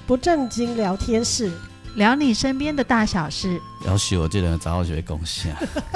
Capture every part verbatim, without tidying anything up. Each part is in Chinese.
不正经聊天室， 聊你身边的大小事。 要是我这人早就会讲啥。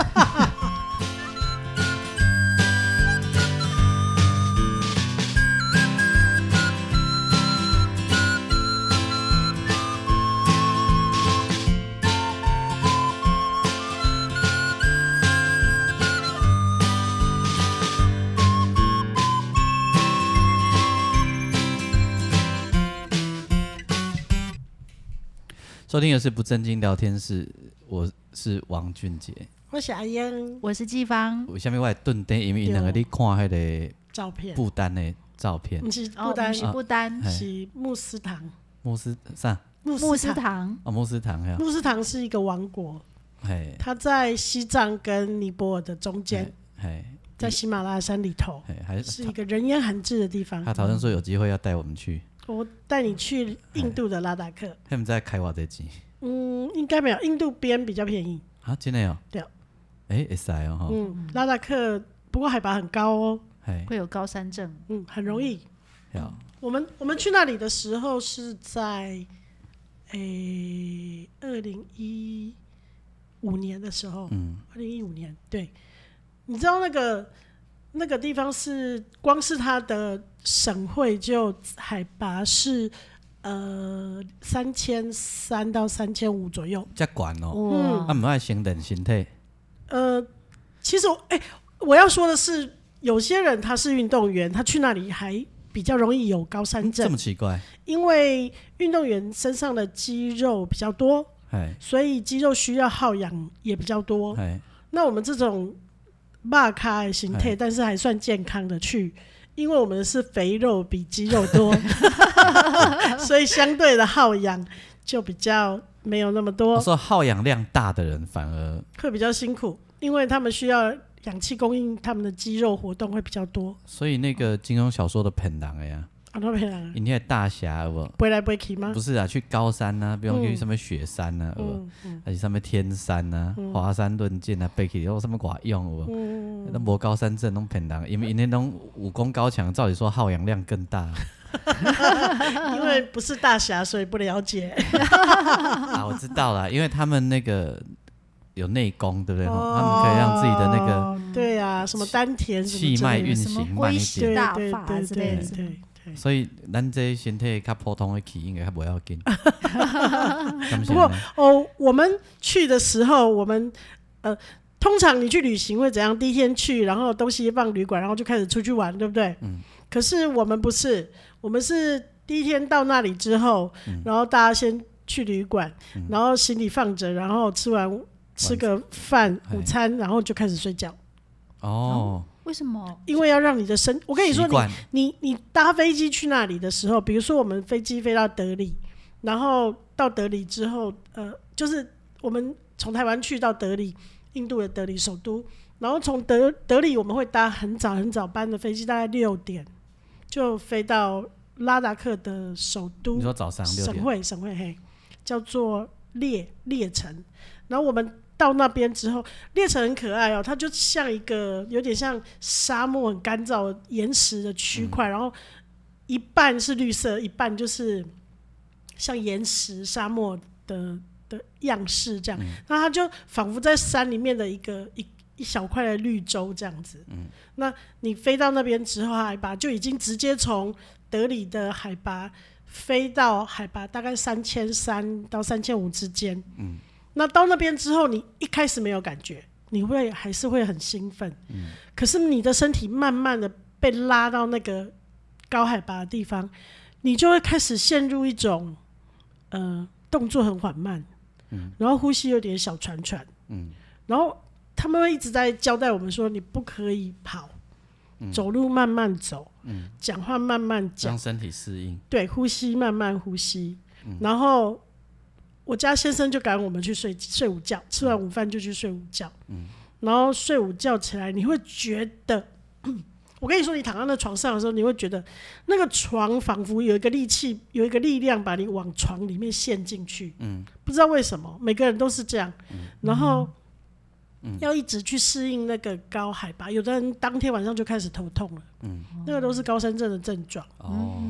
收听的是不正经聊天室，我是王俊杰， 我是阿英， 我是季芳。 为什么我会顿呆？因为因两个你看那个照片， 不丹的照片， 不是不丹， 哦、是不丹， 是穆斯堂。 穆斯啥？ 穆穆斯堂。 哦，穆斯堂呀。 穆斯堂是一个王国，它在西藏跟尼泊尔的中间，在喜马拉雅山里头，还是一个人烟罕至的地方。 他讨论说有机会要带我们去。 我带你去印度的拉达克， 他们在开多少钱？ 嗯，应该没有，印度边比较便宜啊，真的哦。 对， 哎，会使哦， 嗯，拉达克不过海拔很高哦， 会有高山症， 嗯，很容易。 嗯、 我们我们去那里的时候是在诶二零一五年的时候，嗯，二零一五年，对，你知道那个。那个地方是光是它的省会就海拔是呃三千三到三千五左右， 这么高哦。嗯，啊，不爱先练身体。 呃，其实我哎、欸，我要说的是，有些人他是运动员，他去那里还比较容易有高山症。 嗯、这么奇怪？因为运动员身上的肌肉比较多，所以肌肉需要耗氧也比较多。那我们这种肉咖的形态，但是还算健康的去，因为我们是肥肉比肌肉多，所以相对的耗氧就比较没有那么多。 我说耗氧量大的人反而会比较辛苦，因为他们需要氧气供应，他们的肌肉活动会比较多。 所以那个金庸小说的骗人的呀。 啊，都骗人！ 你那大侠有无？ 飞来飞去吗？ 不是啊，去高山啊，比如去什么雪山啊，有无？还是什么天山啊、华山论剑啊，飞去有什么寡用有无？那无高山症拢骗人，因为因为拢武功高强，照理说耗氧量更大。 因为不是大侠，所以不了解。 啊，我知道了，因为他们那个有内功，对不对？哦、他们可以让自己的那个对啊，什么丹田、 气脉运行慢一点， 大法之类的。 对对对对， 所以咱这身体较普通的气应该还不要紧。 不过哦，我们去的时候，我们呃，通常你去旅行会怎样？第一天去，然后东西放旅馆，然后就开始出去玩，对不对？嗯。可是我们不是，我们是第一天到那里之后，嗯、然后大家先去旅馆，嗯、然后行李放着，然后吃完吃个饭午餐，然后就开始睡觉。 哦。 为什么？ 因为要让你的身，我跟你说你，你你搭飞机去那里的时候，比如说我们飞机飞到德里，然后到德里之后，呃，就是我们从台湾去到德里，印度的德里首都，然后从德德里我们会搭很早很早班的飞机，大概六点就飞到拉达克的首都。 你说早上六点？ 省会省会嘿，叫做列列城，然后我们。到那边之后，列城很可爱哦，它就像一个有点像沙漠很干燥岩石的区块、嗯，然后一半是绿色，一半就是像岩石沙漠的的样式这样。嗯、那它就仿佛在山里面的一个一一小块的绿洲这样子。嗯、那你飞到那边之后，海拔就已经直接从德里的海拔飞到海拔大概三千三到三千五之间。嗯。那到那边之后，你一开始没有感觉，你会还是会很兴奋、嗯，可是你的身体慢慢的被拉到那个高海拔的地方，你就会开始陷入一种呃动作很缓慢、嗯，然后呼吸有点小喘喘，嗯，然后他们会一直在交代我们说，你不可以跑，嗯、走路慢慢走，嗯，讲话慢慢讲， 让身体适应， 对，呼吸慢慢呼吸，嗯、然后。我家先生就赶我们去睡睡午觉，吃完午饭就去睡午觉、嗯，然后睡午觉起来，你会觉得，我跟你说，你躺在那床上的时候，你会觉得那个床仿佛有一个力气，有一个力量把你往床里面陷进去，嗯，不知道为什么，每个人都是这样，嗯、然后、嗯、要一直去适应那个高海拔，有的人当天晚上就开始头痛了，嗯，那个都是高山症的症状，哦。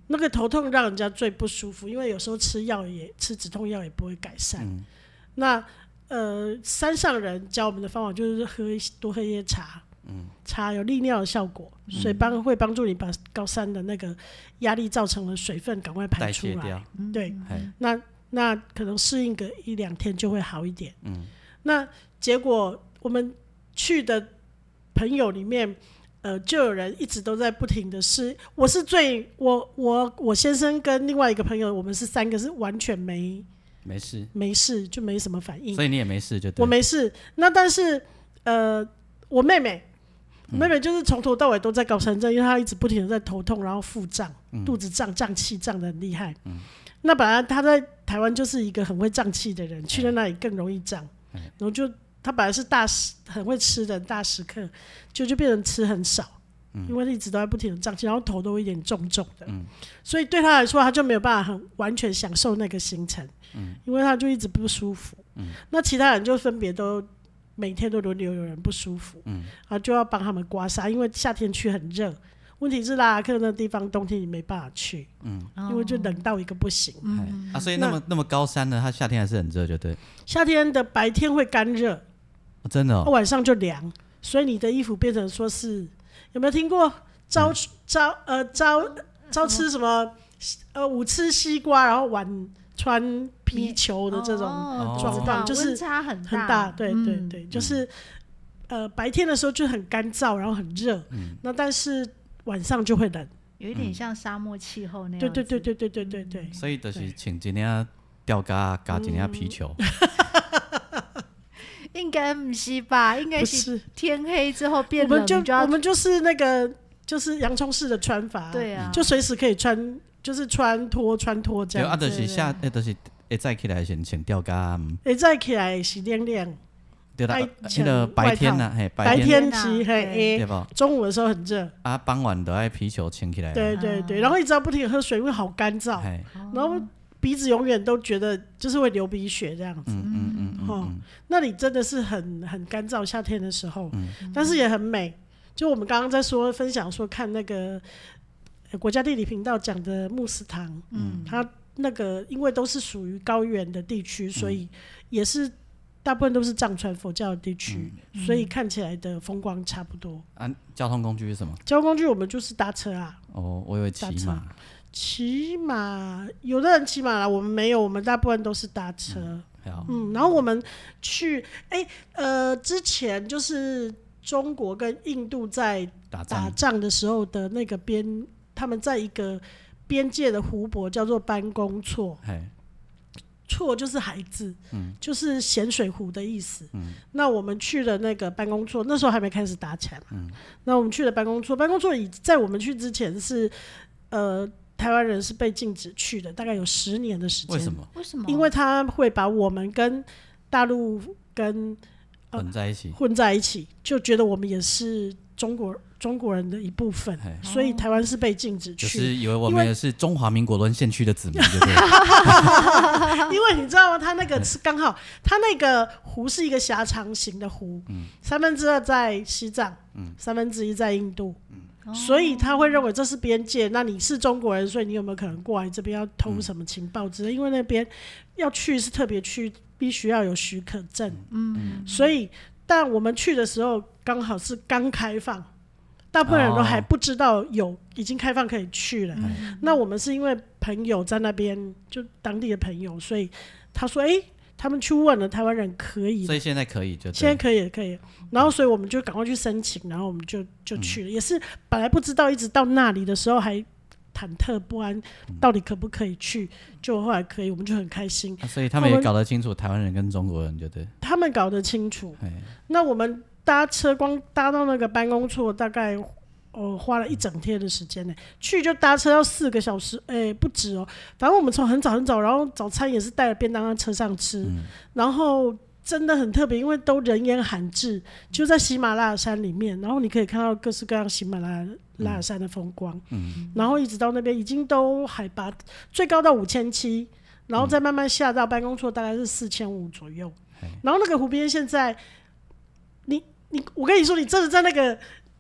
那个头痛让人家最不舒服，因为有时候吃药也吃止痛药也不会改善。嗯、那呃，山上人教我们的方法就是喝多喝一些茶，嗯、茶有利尿的效果，水帮会帮助你把高山的那个压力造成的水分赶快排出来。对，嗯、那那可能适应个一两天就会好一点。嗯、那结果我们去的朋友里面。呃，就有人一直都在不停的试，我是最我我我先生跟另外一个朋友，我们是三个是完全没没事没事就没什么反应， 所以你也没事就对。 我没事，那但是呃，我妹妹，我妹妹就是从头到尾都在高山症，因为她一直不停的在头痛，然后腹胀、嗯、肚子胀、胀气胀得很厉害。嗯、那本来她在台湾就是一个很会胀气的人，去了那里更容易胀，嗯、然后就。他本来是大食很会吃的大食客，就就变成吃很少，嗯、因为一直都在不停的胀气，然后头都有一点重重的，嗯、所以对他来说，他就没有办法很完全享受那个行程，嗯、因为他就一直不舒服。嗯、那其他人就分别都每天都轮流有人不舒服，嗯、然后就要帮他们刮痧，因为夏天去很热。问题是拉拉克那地方冬天你没办法去，嗯、因为就冷到一个不行。 嗯、啊，所以那么那么高山呢，它夏天还是很热，就对。 夏天的白天会干热。 哦、真的、哦， 晚上就凉，所以你的衣服变成说是有没有听过朝、嗯、朝呃朝朝吃什么呃午吃西瓜，然后晚穿皮球的这种状况，哦、就是温差很大， 很大，对对对，嗯、就是呃白天的时候就很干燥，然后很热，嗯、那但是晚上就会冷， 有一点像沙漠气候那样子。 对对对对对对对对。 所以就是穿一件吊嘎加一件皮球。嗯应该不是吧？应该是天黑之后变冷， 我们就我们就是那个就是洋葱式的穿法， 对啊， 就随时可以穿，就是穿脱穿脱这样。 对啊，就是下，那就是会早起来先穿吊嘎， 会早起来是亮亮。 对啦，那个白天呐，嘿， 白天是嘿，对不？ 中午的时候很热啊，傍晚都爱皮球穿起来。 对对对，然后一直要不停的喝水，因为好干燥，然后鼻子永远都觉得就是会流鼻血这样子。嗯嗯嗯嗯，哦，那里真的是很很干燥，夏天的时候，嗯、但是也很美。就我们刚刚在说分享说看那个、呃、国家地理频道讲的穆斯堂，嗯，它那个因为都是属于高原的地区，所以也是大部分都是藏传佛教的地区，嗯、所以看起来的风光差不多。 啊，交通工具是什么？ 交通工具我们就是搭车啊。哦， 我以为骑马。 骑马，有的人骑马啦，我们没有，我们大部分都是搭车。嗯，嗯然后我们去，哎、欸，呃，之前就是中国跟印度在打仗的时候的那个边，他们在一个边界的湖泊叫做班公错。错就是孩子，嗯、就是咸水湖的意思。嗯、那我们去了那个班公错，那时候还没开始打起来嘛。嗯、那我们去了班公错，班公错在我们去之前是，呃。台湾人是被禁止去的，大概有十年的时间。 为什么？ 为什么？ 因为他会把我们跟大陆跟、 呃、混在一起， 混在一起，就觉得我们也是中国中国人的一部分，所以台湾是被禁止去。 就是以为我们也是中华民国沦陷区的子民，对不对？ 因为你知道吗？他那个是刚好，他那个湖是一个狭长型的湖，嗯、三分之二在西藏，嗯、三分之一在印度。嗯所以他会认为这是边界，那你是中国人，所以你有没有可能过来这边要偷什么情报之类？嗯、因为那边要去是特别去，必须要有许可证。嗯，所以但我们去的时候刚好是刚开放，大部分人都还不知道有、哦、已经开放可以去了。嗯、那我们是因为朋友在那边，就当地的朋友，所以他说：“哎、欸。”他们去问了台湾人可以， 所以现在可以就现在可以可以，然后所以我们就赶快去申请，然后我们就就去了，嗯、也是本来不知道，一直到那里的时候还忐忑不安，到底可不可以去？就后来可以，我们就很开心。 啊、所以他们也搞得清楚台湾人跟中国人，就对。 他们搞得清楚。那我们搭车光搭到那个班公错，大概。哦，花了一整天的时间呢，去就搭车要四个小时，哎、欸，不止哦。反正我们从很早很早，然后早餐也是带了便当在车上吃，嗯、然后真的很特别，因为都人烟罕至，就在喜马拉雅山里面，然后你可以看到各式各样喜马拉雅山的风光，嗯、然后一直到那边已经都海拔最高到五千七，然后再慢慢下到班公错大概是四千五左右，嗯、然后那个湖边现在，你你我跟你说，你真的在那个。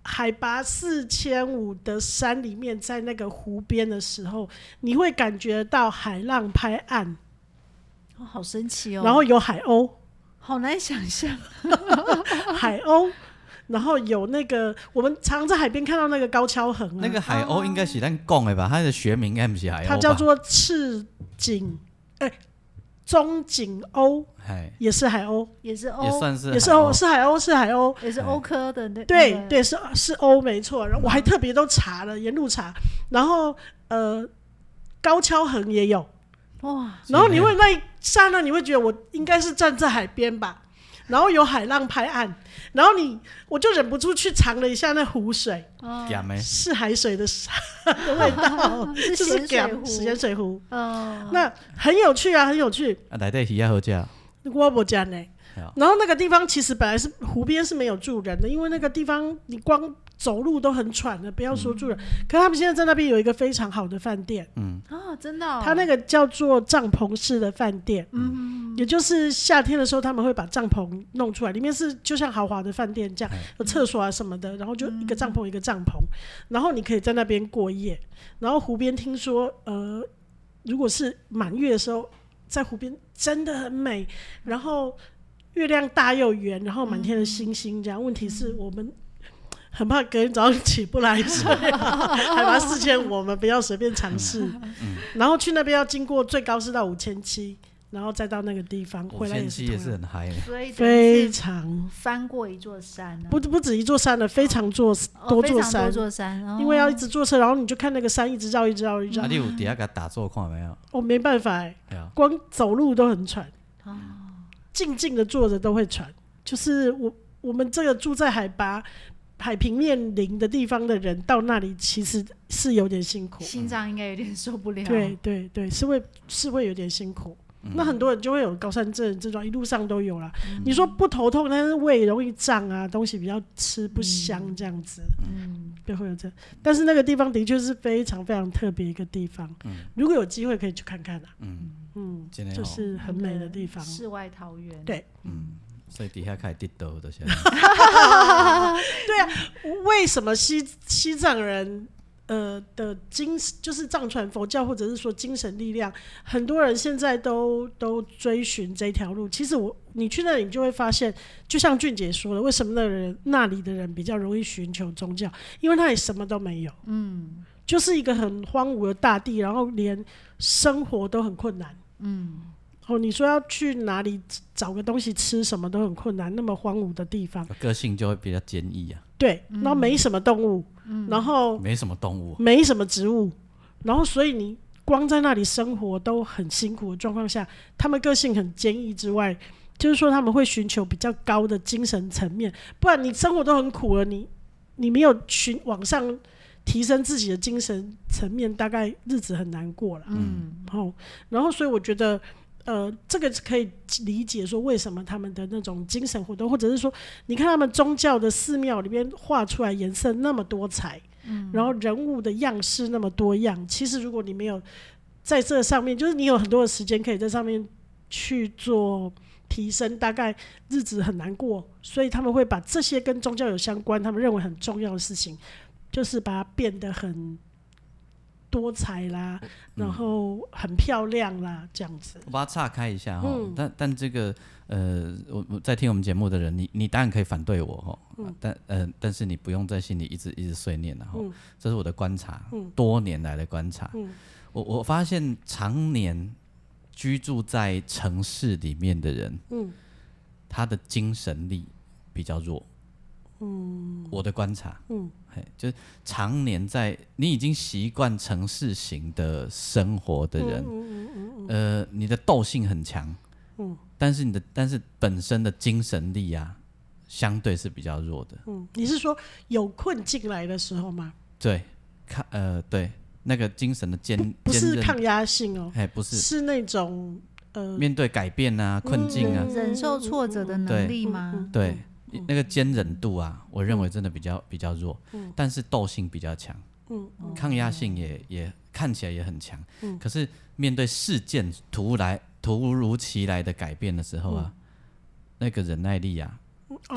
海拔四千五的山里面，在那个湖边的时候，你会感觉到海浪拍岸， 哦，好神奇哦！ 然后有海鸥， 好难想象海鸥。然后有那个，我们常在海边看到那个高跷横啊， 那个海鸥应该是咱讲的吧？它的学名应该不是海鸥吧， 它叫做赤颈，哎、欸，中颈鸥，也是海鸥， 也是鸥， 也算是也是鸥，是海鸥，是海鸥， 也是鸥科的那。 对对，是是鸥，没错。然后我还特别都查了，沿路查，然后呃，高跷横也有，哇！然后你会那一刹那，你会觉得我应该是站在海边吧？然后有海浪拍岸，然后你我就忍不住去尝了一下那湖水，哦、是海水的的味道， 是就是咸水湖， 咸水湖。 哦， 那很有趣啊，很有趣。 啊，内底鱼也好吃， 我没吃呢。然后那个地方其实本来是湖边是没有住人的，因为那个地方你光走路都很喘的，不要说住人。嗯、可是他们现在在那边有一个非常好的饭店，嗯， 哦，真的、哦， 他那个叫做帐篷式的饭店，嗯，也就是夏天的时候他们会把帐篷弄出来，里面是就像豪华的饭店这样，有厕所啊什么的，然后就一个帐篷一个帐篷，然后你可以在那边过夜，然后湖边听说，呃，如果是满月的时候，在湖边真的很美，然后月亮大又圆，然后满天的星星这样。问题是我们很怕隔天早上起不来睡、啊，海拔四千五，我们不要随便尝试、嗯。然后去那边要经过最高是到五千七，然后再到那个地方回来也是也是很嗨， 非常翻过一座山、啊， 不不止一座山了，非常座、哦、多座山， 多座山、哦， 因为要一直坐车，然后你就看那个山一直绕一直绕一直绕。 啊，你有底下给他打坐看没有？ 我、哦、没办法哎、欸，光走路都很喘。哦，静静的坐着都会喘，就是我我们这个住在海拔海平面零的地方的人，到那里其实是有点辛苦， 心脏应该有点受不了。 对对对，是会是会有点辛苦。嗯、那很多人就会有高山症这种，一路上都有啦。嗯、你说不头痛，但是胃容易胀啊，东西比较吃不香这样子，嗯，就会有这。但是那个地方的确是非常非常特别一个地方，嗯、如果有机会可以去看看啦。嗯嗯，就是很美的地方， 世外桃源。 对， 嗯，所以底下开始跌倒的现在。对啊，为什么西西藏人呃的精就是藏传佛教或者是说精神力量，很多人现在都都追寻这条路？其实我你去那里，你就会发现，就像俊杰说的，为什么那人那里的人比较容易寻求宗教？因为那里什么都没有，嗯，就是一个很荒芜的大地，然后连生活都很困难。嗯，哦，你说要去哪里找个东西吃，什么都很困难，那么荒芜的地方， 个性就会比较坚毅啊。 对，然后没什么动物，嗯、然后没什么动物， 没什么植物，然后所以你光在那里生活都很辛苦的状况下，他们个性很坚毅之外，就是说他们会寻求比较高的精神层面，不然你生活都很苦了，你你没有寻往上提升自己的精神层面，大概日子很难过了。嗯，然后，然后，所以我觉得，呃，这个可以理解说为什么他们的那种精神活动，或者是说，你看他们宗教的寺庙里面画出来颜色那么多彩，嗯，然后人物的样式那么多样，其实如果你没有在这上面，就是你有很多的时间可以在上面去做提升，大概日子很难过，所以他们会把这些跟宗教有相关，他们认为很重要的事情。就是把它变得很多彩啦，然后很漂亮啦，这样子。 我把它岔开一下哈、嗯，但但这个呃，我我在听我们节目的人，你你当然可以反对我哈、嗯，但呃，但是你不用在心里一直一直碎念了哈、嗯。这是我的观察，嗯、多年来的观察。嗯、我我发现常年居住在城市里面的人，嗯、他的精神力比较弱。嗯，我的观察，嗯，就是常年在你已经习惯城市型的生活的人，嗯嗯嗯嗯、呃，你的斗性很强，嗯，但是你的但是本身的精神力啊，相对是比较弱的。 嗯，你是说有困进来的时候吗？ 对，抗呃对，那个精神的坚不, 不是抗压性哦， 哎，不是， 是那种呃面对改变啊、困境啊、 嗯、忍受挫折的能力吗？ 对。对那个坚忍度啊，我认为真的比较比较弱，嗯、但是斗性比较强，嗯、抗压性也也看起来也很强、嗯。可是面对事件突来突如其来的改变的时候啊，嗯、那个忍耐力啊，哦、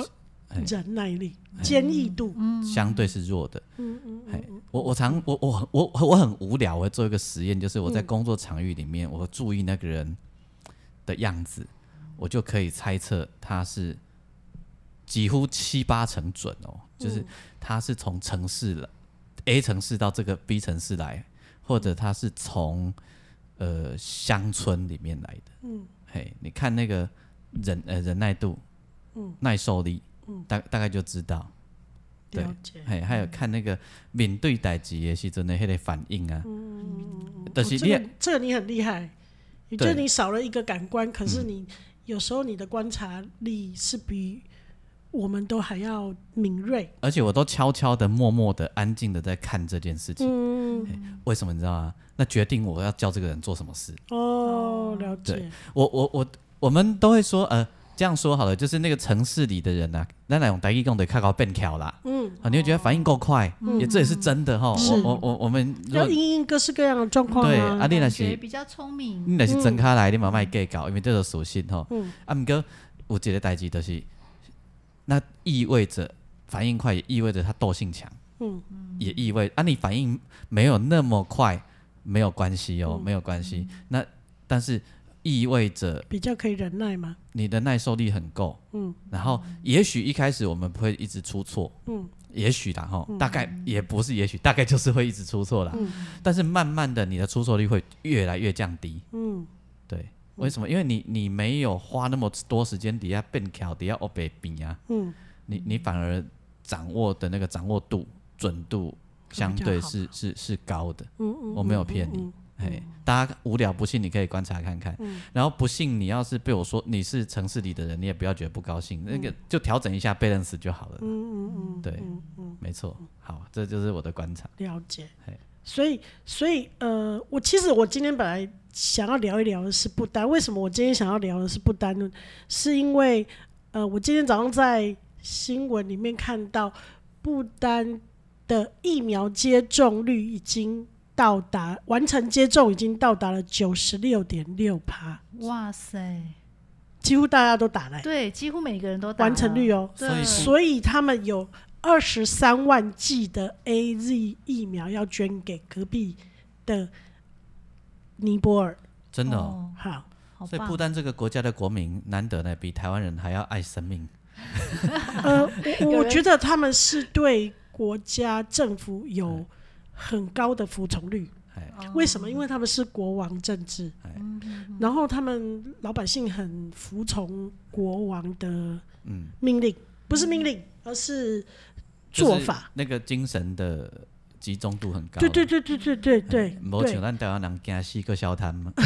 忍耐力、坚毅度， 相对是弱的。嗯嗯嗯我我常我我我我很无聊，我会做一个实验，就是我在工作场域里面，我注意那个人的样子，我就可以猜测他是几乎七八成准哦，就是他是从城市了 A 城市到这个 B 城市来，或者他是从呃乡村里面来的。嗯，嘿，你看那个忍呃忍耐度，嗯，耐受力，嗯，大大概就知道。对，嘿，还有看那个面对代志的时阵的迄个反应啊， 嗯，就是你、哦这个、这个你很厉害，也就是你少了一个感官，可是你、嗯、有时候你的观察力是比我们都还要敏锐， 而且我都悄悄的、默默的、安静的在看这件事情。嗯，为什么你知道吗？那决定我要教这个人做什么事。 哦，了解。 对，我我我我们都会说，呃，这样说好了，就是那个城市里的人啊，咱来用台语讲的较高变巧啦。嗯，啊，你会觉得反应够快，嗯、也这也是真的哈。我我我我们要因应各式各样的状况、啊。 对，啊，你那是比较聪明， 你那是真卡来，你嘛卖计较，因为这个属性哈。嗯。啊，不过有一个代志就是。那意味着反应快，也意味着他斗性强，嗯，也意味啊，你反应没有那么快，没有关系哦，嗯、没有关系。嗯、那但是意味着比较可以忍耐吗？ 你的耐受力很够，嗯，然后也许一开始我们不会一直出错，嗯，也许啦哈，嗯、大概也不是也许，大概就是会一直出错啦，嗯，但是慢慢的你的出错率会越来越降低，嗯，对。为什么？因为你你没有花那么多时间底下变巧，底下欧北比啊，嗯，你你反而掌握的那个掌握度、准度相对是是是高的，嗯嗯，我没有骗你，嘿、嗯，大家无聊不信你可以观察看看，嗯、然后不信你要是被我说你是城市里的人，你也不要觉得不高兴，嗯、那个就调整一下 balance 就好了，嗯嗯嗯，对，嗯嗯，没错，好，这就是我的观察， 了解，嘿。所以，所以，呃，我其实我今天本来想要聊一聊的是不丹。为什么我今天想要聊的是不丹呢？是因为，呃，我今天早上在新闻里面看到，不丹的疫苗接种率已经到达，完成接种已经到达了九十六点六趴。 哇塞！ 几乎大家都打了、欸。 对，几乎每个人都打了。 完成率哦，所以他们有。二十三万剂的 A Z 疫苗要捐给隔壁的尼泊尔， 真的哦， 好， 所以不丹这个国家的国民难得呢，比台湾人还要爱生命。 呃，我, 我觉得他们是对国家政府有很高的服从率。为什么？因为他们是国王政治，然后他们老百姓很服从国王的命令，不是命令，而是做法， 就是那个精神的集中度很高。 对对对对对对对， 没像咱台湾人惊死个消摊嘛。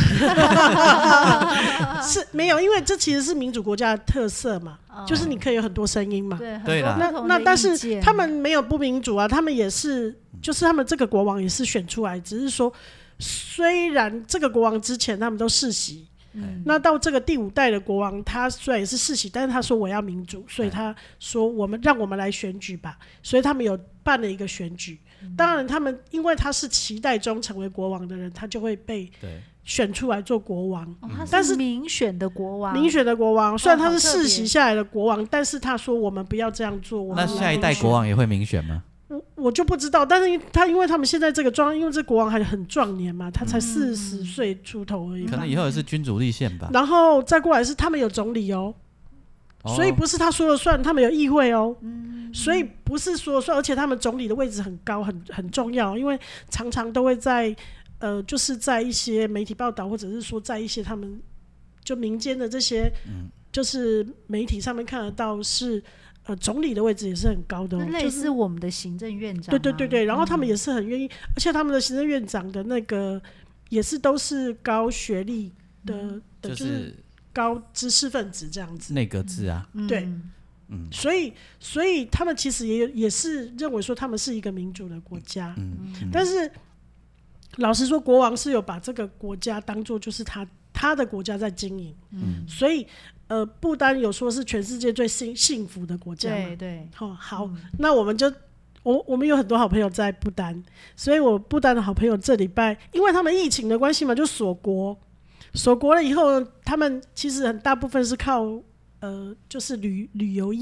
是没有，因为这其实是民主国家的特色嘛，哦、就是你可以有很多声音嘛。 对啦， 那那但是他们没有不民主啊，他们也是，就是他们这个国王也是选出来，只是说虽然这个国王之前他们都世袭。嗯、那到这个第五代的国王，他虽然也是世袭，但是他说我要民主，所以他说我们让我们来选举吧，所以他们有办了一个选举。嗯、当然，他们因为他是期待中成为国王的人，他就会被选出来做国王。 哦、他是民选的国王， 民选的国王，虽然他是世袭下来的国王，哦、但是他说我们不要这样做。我们那下一代国王也会民选吗？ 我, 我就不知道，但是他因为他们现在这个状，因为这国王还很壮年嘛，他才四十岁出头而已， 可能以后也是君主立宪吧。 然后再过来是他们有总理哦，哦所以不是他说了算，他们有议会哦，嗯、所以不是说了算，而且他们总理的位置很高，很很重要，因为常常都会在呃，就是在一些媒体报道，或者是说在一些他们就民间的这些，嗯、就是媒体上面看得到是。呃，总理的位置也是很高的、哦， 类似我们的行政院长、啊。 对对对对，然后他们也是很愿意，嗯、而且他们的行政院长的那个也是都是高学历的，嗯、的就是高知识分子这样子。 内阁制啊， 嗯、对，嗯，所以所以他们其实也也是认为说他们是一个民主的国家，嗯嗯、但是老实说，国王是有把这个国家当作就是他他的国家在经营，嗯，所以。呃，不丹有说是全世界最 幸, 幸福的国家嘛？ 对对， 哦，好，嗯、那我们就我我们有很多好朋友在不丹，所以我不丹的好朋友这礼拜，因为他们疫情的关系嘛，就锁国，锁国了以后，他们其实很大部分是靠呃，就是旅旅游业嘛，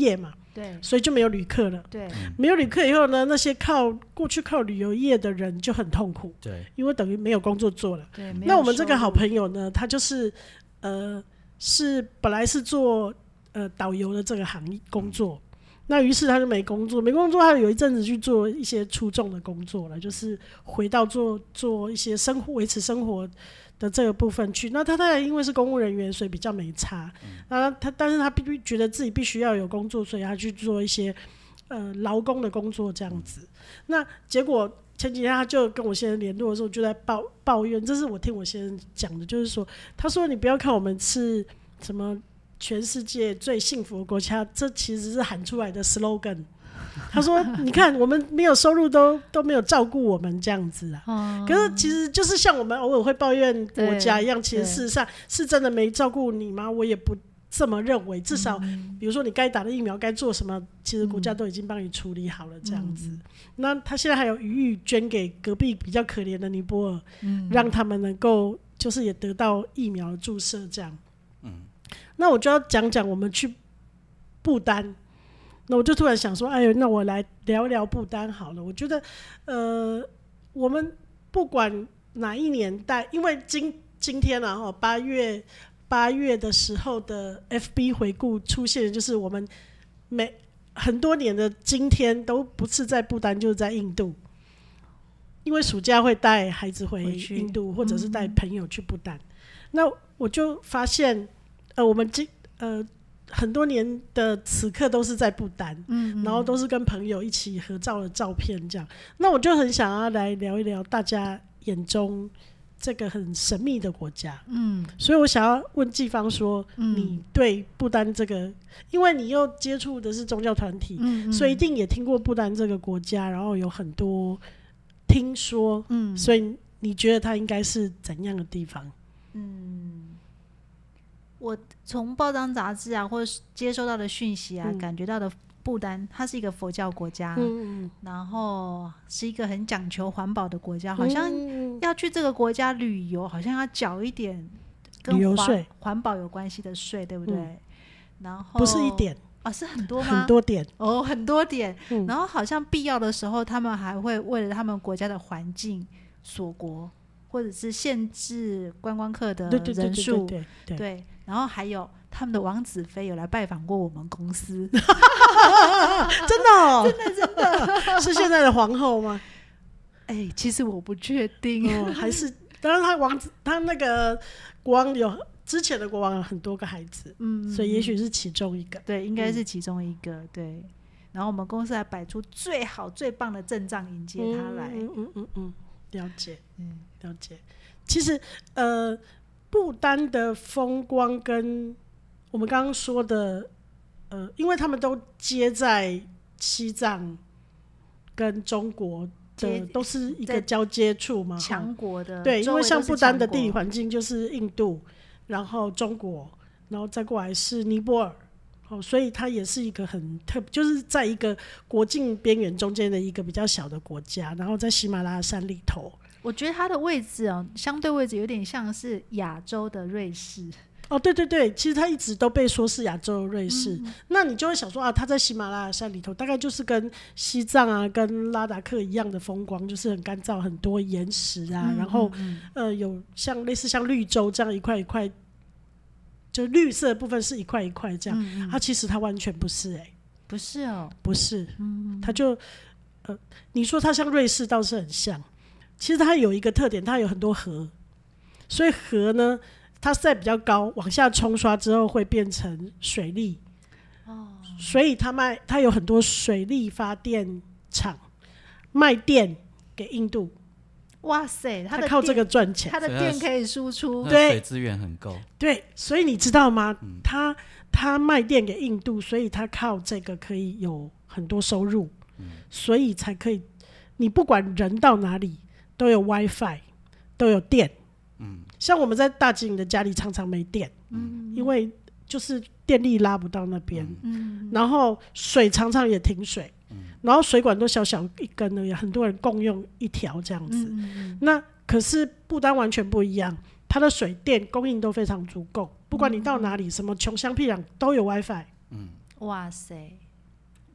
对， 所以就没有旅客了。 对， 没有旅客以后呢，那些靠过去靠旅游业的人就很痛苦， 对， 因为等于没有工作做了。 对， 那我们这个好朋友呢，他就是呃是本来是做呃导游的这个行业工作。嗯，那于是他就没工作，没工作，他有一阵子去做一些出众的工作了，就是回到做做一些生活维持生活的这个部分去。那他当然因为是公务人员，所以比较没差。嗯，那他但是他必须觉得自己必须要有工作，所以他去做一些呃劳工的工作这样子。那结果前几天他就跟我先生联络的时候，就在抱抱怨，这是我听我先生讲的，就是说，他说你不要看我们是什么全世界最幸福的国家，这其实是喊出来的 slogan。他说你看我们没有收入都都没有照顾我们这样子啊。嗯，可是其实就是像我们偶尔会抱怨国家一样，其实事实上是真的没照顾你吗？我也不这么认为，至少比如说你该打的疫苗该做什么，其实国家都已经帮你处理好了这样子。嗯，那他现在还有余裕捐给隔壁比较可怜的尼泊尔，嗯，让他们能够就是也得到疫苗的注射这样。嗯，那我就要讲讲我们去不丹。那我就突然想说，哎呦，那我来聊聊不丹好了。我觉得，呃，我们不管哪一年代，因为今今天啊，哈，八月八月的时候的 F B 回顾出现，就是我们每很多年的今天都不是在不丹，就是在印度，因为暑假会带孩子回印度，或者是带朋友去不丹。嗯，那我就发现，呃，我们今呃。很多年的此刻都是在不丹，嗯嗯，然后都是跟朋友一起合照的照片这样。那我就很想要来聊一聊大家眼中这个很神秘的国家，嗯，所以我想要问季芳说，嗯，你对不丹这个，因为你又接触的是宗教团体，嗯嗯，所以一定也听过不丹这个国家，然后有很多听说，嗯，所以你觉得它应该是怎样的地方？嗯。 我从报章杂志啊，或者接收到的讯息啊，嗯，感觉到的不丹，它是一个佛教国家，嗯嗯，然后是一个很讲求环保的国家，好像要去这个国家旅游，好像要缴一点跟旅游税、 环保有关系的税，对不对？嗯，然后不是一点啊，是很多吗？ 很多点哦，很多点，嗯。然后好像必要的时候，他们还会为了他们国家的环境锁国，或者是限制观光客的人数，对，对， 对， 对， 对， 对。然后还有他们的王子妃有来拜访过我们公司， 真的哦， 真的真的是现在的皇后吗？ 哎，其实我不确定， 哦，还是当然他王子他那个国王有之前的国王有很多个孩子，嗯，所以也许是其中一个， 对，应该是其中一个，嗯，对。然后我们公司还摆出最好最棒的阵仗迎接他来， 嗯嗯嗯嗯，了解，嗯，了解。其实呃。不丹的风光跟我们刚刚说的，呃，因为他们都接在西藏跟中国的都是一个交接处嘛， 强国的， 对，因为像不丹的地理环境就是印度，然后中国，然后再过来是尼泊尔，哦，所以它也是一个很特，就是在一个国境边缘中间的一个比较小的国家，然后在喜马拉雅山里头。 我觉得它的位置哦，相对位置有点像是亚洲的瑞士。 哦，对对对，其实它一直都被说是亚洲的瑞士，嗯，那你就会想说啊，它在喜马拉雅山里头，大概就是跟西藏啊、跟拉达克一样的风光，就是很干燥，很多岩石啊，嗯，然后、嗯、呃，有像类似像绿洲这样一块一块，就绿色的部分是一块一块这样，嗯嗯，它其实它完全不是，哎、欸， 不是哦， 不是，嗯，它就呃，你说它像瑞士倒是很像。其实它有一个特点，它有很多河，所以河呢，它在比较高往下冲刷之后会变成水力，哦，所以它卖它有很多水力发电厂卖电给印度。 哇塞，它靠这个赚钱， 它的电可以输出， 对，水资源很够。 对，所以你知道吗？嗯，它它卖电给印度，所以它靠这个可以有很多收入，嗯，所以才可以，你不管人到哪里。都有 WiFi， 都有电，嗯，像我们在大吉岭的家里常常没电，嗯，因为就是电力拉不到那边，嗯，然后水常常也停水，嗯，然后水管都小小一根而已，很多人共用一条这样子，嗯，那可是不丹完全不一样，它的水电供应都非常足够，不管你到哪里，什么穷乡僻壤都有 WiFi， 嗯，哇塞，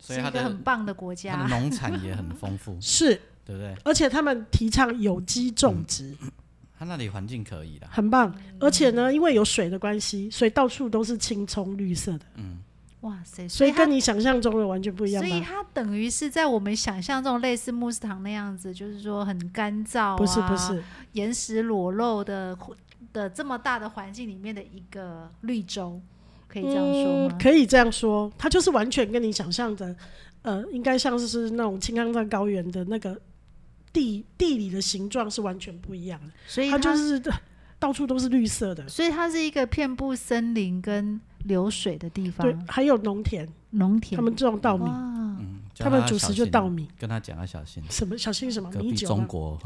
所以它的是一个很棒的国它家， 的农产也很丰富， 是， 对不对？ 而且他们提倡有机种植， 它那里环境可以啦， 很棒。而且呢，因为有水的关系，所以到处都是青葱绿色的。 嗯， 哇塞！ 所以它跟你想象中的完全不一样吧？ 所以它等于是在我们想象中类似穆斯堂那样子，就是说很干燥、啊， 不是不是， 岩石裸露的的这么大的环境里面的一个绿洲，可以这样说吗？ 嗯、可以这样说，它就是完全跟你想象的，呃，应该像是那种青康藏高原的那个地地理的形状是完全不一样的， 所以它, 它就是到处都是绿色的， 所以它是一个遍布森林跟流水的地方， 对，还有农田， 农田， 他们种稻米， 嗯， 他们主食就稻米， 跟他讲要小心， 什么小心什么隔壁米酒中国，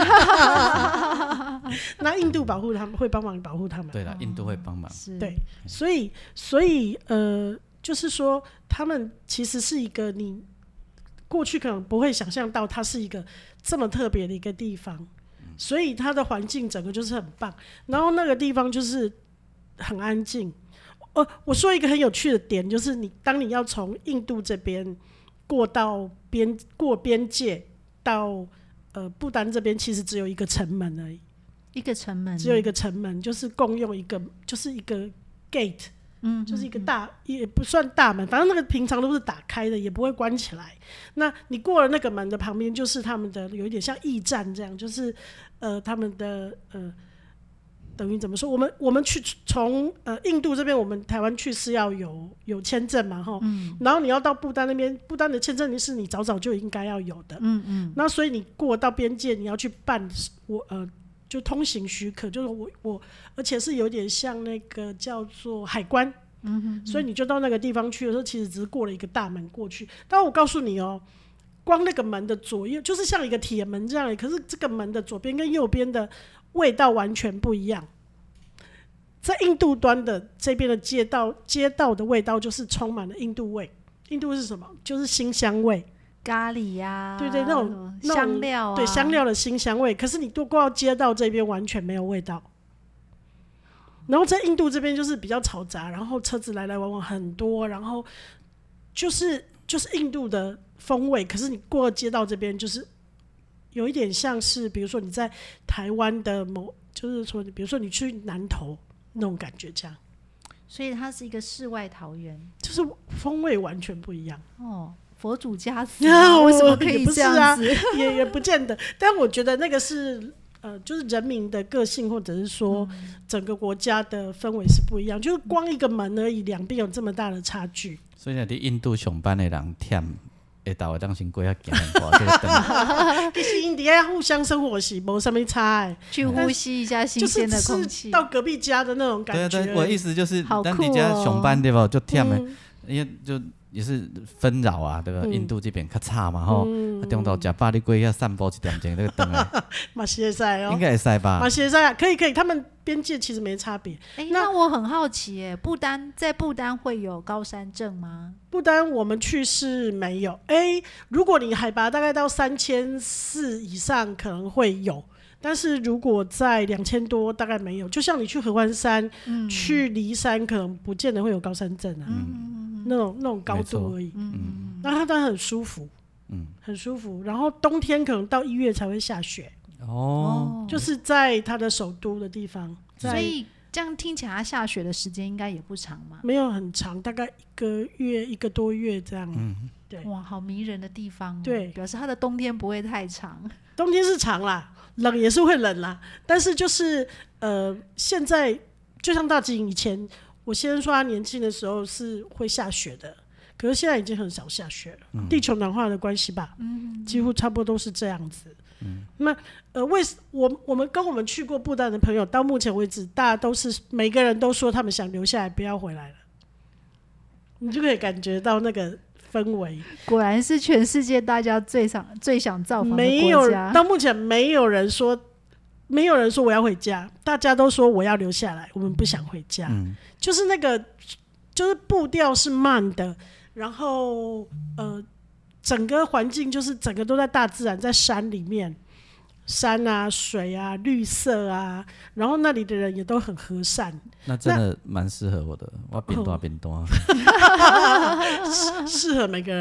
那印度保护他们，会帮忙保护他们， 对了，印度会帮忙， 对，所以所以呃，就是说他们其实是一个你过去可能不会想象到，它是一个这么特别的一个地方，所以它的环境整个就是很棒，然后那个地方就是很安静。呃，我说一个很有趣的点，就是你当你要从印度这边过到边过边界到呃不丹这边，其实只有一个城门而已， 一个城门， 只有一个城门，就是共用一个，就是一个 gate，嗯，就是一个大，也不算大门，反正那个平常都是打开的，也不会关起来。那你过了那个门的旁边，就是他们的有一点像驿站这样，就是呃他们的呃。等于怎么说？我们我们去从呃印度这边，我们台湾去是要有有签证嘛，哈、嗯，然后你要到不丹那边，不丹的签证是你早早就应该要有的，嗯嗯，那所以你过到边界，你要去办我呃就通行许可，就是我我，而且是有点像那个叫做海关，嗯哼嗯，所以你就到那个地方去的时候，其实只是过了一个大门过去。但我告诉你哦，光那个门的左右就是像一个铁门这样，可是这个门的左边跟右边的味道完全不一样。在印度端的这边的街道，街道的味道就是充满了印度味。印度是什么？就是辛香味， 咖喱呀、啊， 对对，那种香料、啊， 对香料的辛香味。可是你过到街道这边完全没有味道。然后在印度这边就是比较嘈杂，然后车子来来往往很多，然后就是就是印度的风味。可是你过街道这边就是有一点像是，比如说你在台湾的某，就是说，比如说你去南投。那种感觉，这样， 所以它是一个世外桃源， 就是风味完全不一样哦。佛祖加持、啊，为什么可以这样子？ 也不是啊，也也不见得。但我觉得那个是呃，就是人民的个性，或者是说整个国家的氛围是不一样。就是光一个门而已，两边有这么大的差距。 所以呢，在印度上班的人忝。会到当心过遐行很多，这个灯。 其实因底下互相生活是没什么差的， 去呼吸一下新鲜的空气， 到隔壁家的那种感觉。 对对，我的意思就是， 好酷哦， 咱伫家上班对吧？就忝的，因为就也是纷扰啊，对吧？嗯、印度这边较差嘛吼，嗯、中昼食饱你过遐散步一点钟，那个灯啊， 嘛是会使哦， 应该会使吧？ 嘛是会使啊，可以可以，他们边界其实没差别。 欸、那, 那我很好奇耶，不丹在不丹会有高山症吗？ 不丹我们去是没有，哎、欸，如果你海拔大概到三千四以上可能会有，但是如果在两千多大概没有。就像你去合欢山、嗯、去梨山，可能不见得会有高山症啊，嗯、那种那种高度而已。嗯，那它当然很舒服，嗯，很舒服。然后冬天可能到一月才会下雪，哦，就是在它的首都的地方， 所以。这样听起来，它下雪的时间应该也不长嘛？ 没有很长，大概一个月、一个多月这样。嗯，对。 哇，好迷人的地方、哦。 对， 表示它的冬天不会太长。 冬天是长啦，冷也是会冷啦。但是就是呃，现在就像大吉以前，我先生说他年轻的时候是会下雪的，可是现在已经很少下雪了。嗯、地球暖化的关系吧，嗯，几乎差不多都是这样子。嗯，那呃，为我我们跟我们去过不丹的朋友，到目前为止，大家都是每个人都说他们想留下来，不要回来了。你就可以感觉到那个氛围。 果然是全世界大家最想最想造访的国家。 没有，到目前没有人说，没有人说我要回家，大家都说我要留下来，我们不想回家。嗯、就是那个，就是步调是慢的，然后呃。整个环境就是整个都在大自然，在山里面，山啊、水啊、绿色啊，然后那里的人也都很和善。 那真的蛮适合我的，我变大变大， 适合每个人。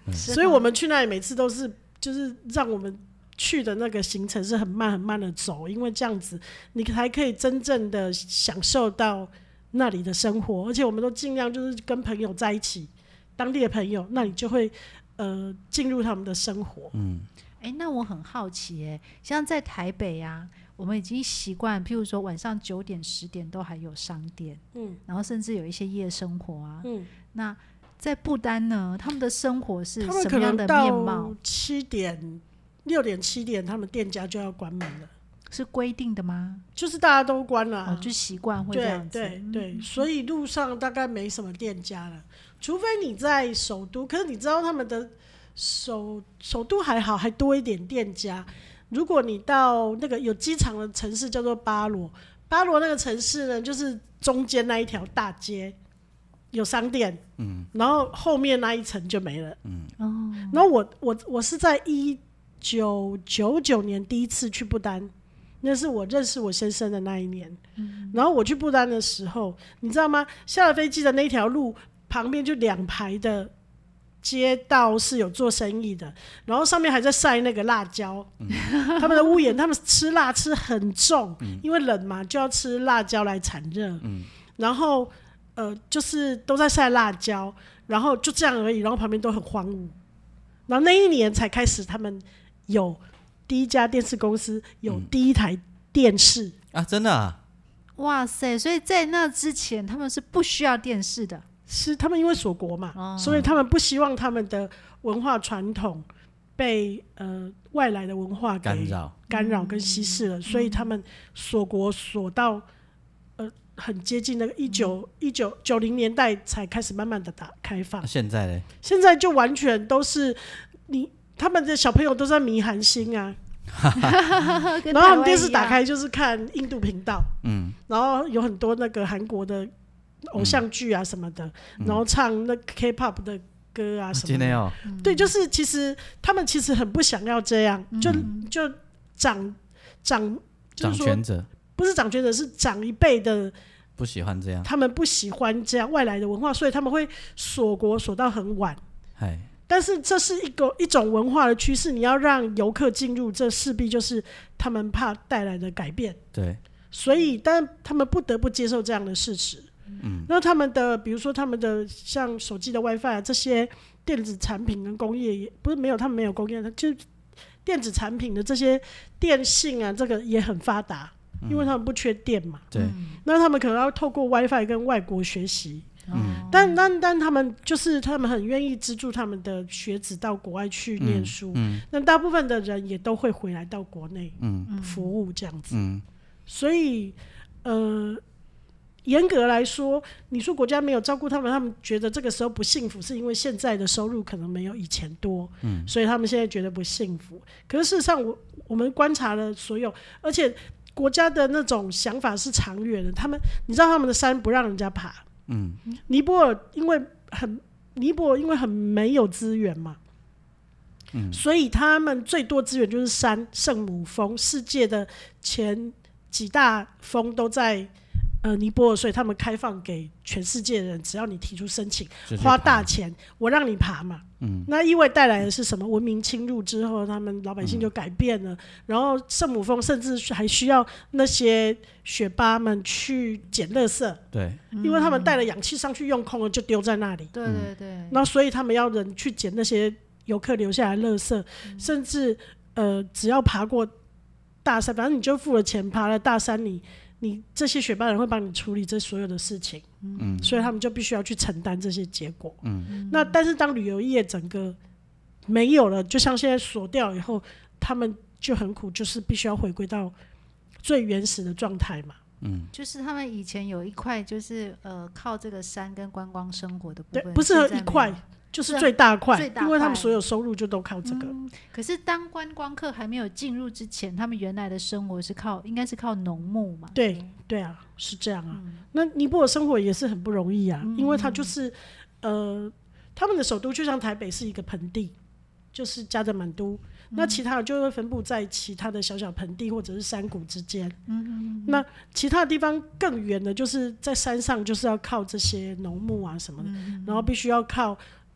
所以我们去那里每次都是就是让我们去的那个行程是很慢很慢的走，因为这样子你才可以真正的享受到那里的生活，而且我们都尽量就是跟朋友在一起，当地的朋友，那你就会呃进入他们的生活。 嗯， 哎、欸，那我很好奇、欸，像在台北啊，我们已经习惯，譬如说晚上九点、十点都还有商店，嗯，然后甚至有一些夜生活啊，嗯，那在不丹呢，他们的生活是什么样的面貌？ 七点、六点、七点，他们店家就要关门了。 是规定的吗？ 就是大家都关了、啊， 哦，就习惯会这样子。 对对对、嗯，所以路上大概没什么店家了，除非你在首都。可是你知道他们的首首都还好，还多一点店家。如果你到那个有机场的城市叫做巴罗，巴罗那个城市呢，就是中间那一条大街有商店，嗯，然后后面那一层就没了，嗯哦。然后我我我是在一九九九年第一次去不丹。那是我认识我先生的那一年、嗯、然后我去不丹的时候你知道吗，下了飞机的那条路旁边就两排的街道是有做生意的，然后上面还在晒那个辣椒、嗯、他们的屋檐他们吃辣吃很重、嗯、因为冷嘛就要吃辣椒来产热、嗯、然后呃就是都在晒辣椒，然后就这样而已，然后旁边都很荒芜，然后那一年才开始他们有第一家电视公司有第一台电视、 嗯、啊，真的啊！ 哇塞！所以在那之前他们是不需要电视的， 是他们因为锁国嘛、哦，所以他们不希望他们的文化传统被呃外来的文化给干扰、 干扰跟稀释了、嗯，所以他们锁国锁到呃很接近那个一九一九九零年代才开始慢慢的打开放。 现在呢？ 现在就完全都是你。他们的小朋友都在迷韩星啊然后他们电视打开就是看印度频道、嗯、然后有很多那个韩国的偶像剧啊什么的、嗯、然后唱那 K-pop 的歌啊什么的、哦、对，就是其实他们其实很不想要这样、嗯、就就长长就是说掌权者不是掌权者是长一辈的不喜欢这样， 他们不喜欢这样外来的文化，所以他们会锁国锁到很晚。嗨，但是这是一个一种文化的趋势，你要让游客进入，这势必就是他们怕带来的改变。对，所以但他们不得不接受这样的事实。嗯，那他们的比如说他们的像手机的 WiFi 啊，这些电子产品跟工业也不是没有，他们没有工业，就是电子产品的这些电信啊，这个也很发达，因为他们不缺电嘛。对、嗯，那他们可能要透过 WiFi 跟外国学习。嗯，但但但他们就是他们很愿意资助他们的学子到国外去念书，嗯嗯、那大部分的人也都会回来到国内服务这样子。嗯，所以呃，严格来说，你说国家没有照顾他们，他们觉得这个时候不幸福，是因为现在的收入可能没有以前多，嗯，所以他们现在觉得不幸福。可是事实上我，我我们观察了所有，而且国家的那种想法是长远的，他们你知道他们的山不让人家爬。嗯，尼泊尔因为很尼泊尔因为很没有资源嘛、嗯，所以他们最多资源就是山，圣母峰，世界的前几大峰都在呃尼泊尔，所以他们开放给全世界的人，只要你提出申请，花大钱，我让你爬嘛。嗯，那意味带来的是什么？文明侵入之后，他们老百姓就改变了，嗯、然后圣母峰甚至还需要那些雪巴们去捡垃圾，对，因为他们带了氧气上去用空了，就丢在那里。对对对。然后所以他们要人去捡那些游客留下来的垃圾，嗯、甚至呃，只要爬过大山，反正你就付了钱，爬了大山你。你这些雪巴人会帮你处理这所有的事情，嗯，所以他们就必须要去承担这些结果，嗯，那但是当旅游业整个没有了，就像现在锁掉以后，他们就很苦，就是必须要回归到最原始的状态嘛，嗯， 就是他们以前有一块就是呃靠这个山跟观光生活的部分， 对，不是一块。就是最大块，因为他们所有收入就都靠这个、嗯、 可是当观光客还没有进入之前，他们原来的生活是靠应该是靠农牧嘛。 对对啊，是这样啊、嗯、那尼泊尔生活也是很不容易啊、嗯、因为他就是呃，他们的首都就像台北是一个盆地，就是加德满都、嗯、那其他的就会分布在其他的小小盆地或者是山谷之间、嗯嗯、那其他的地方更远的就是在山上，就是要靠这些农牧啊什么的、嗯、然后必须要靠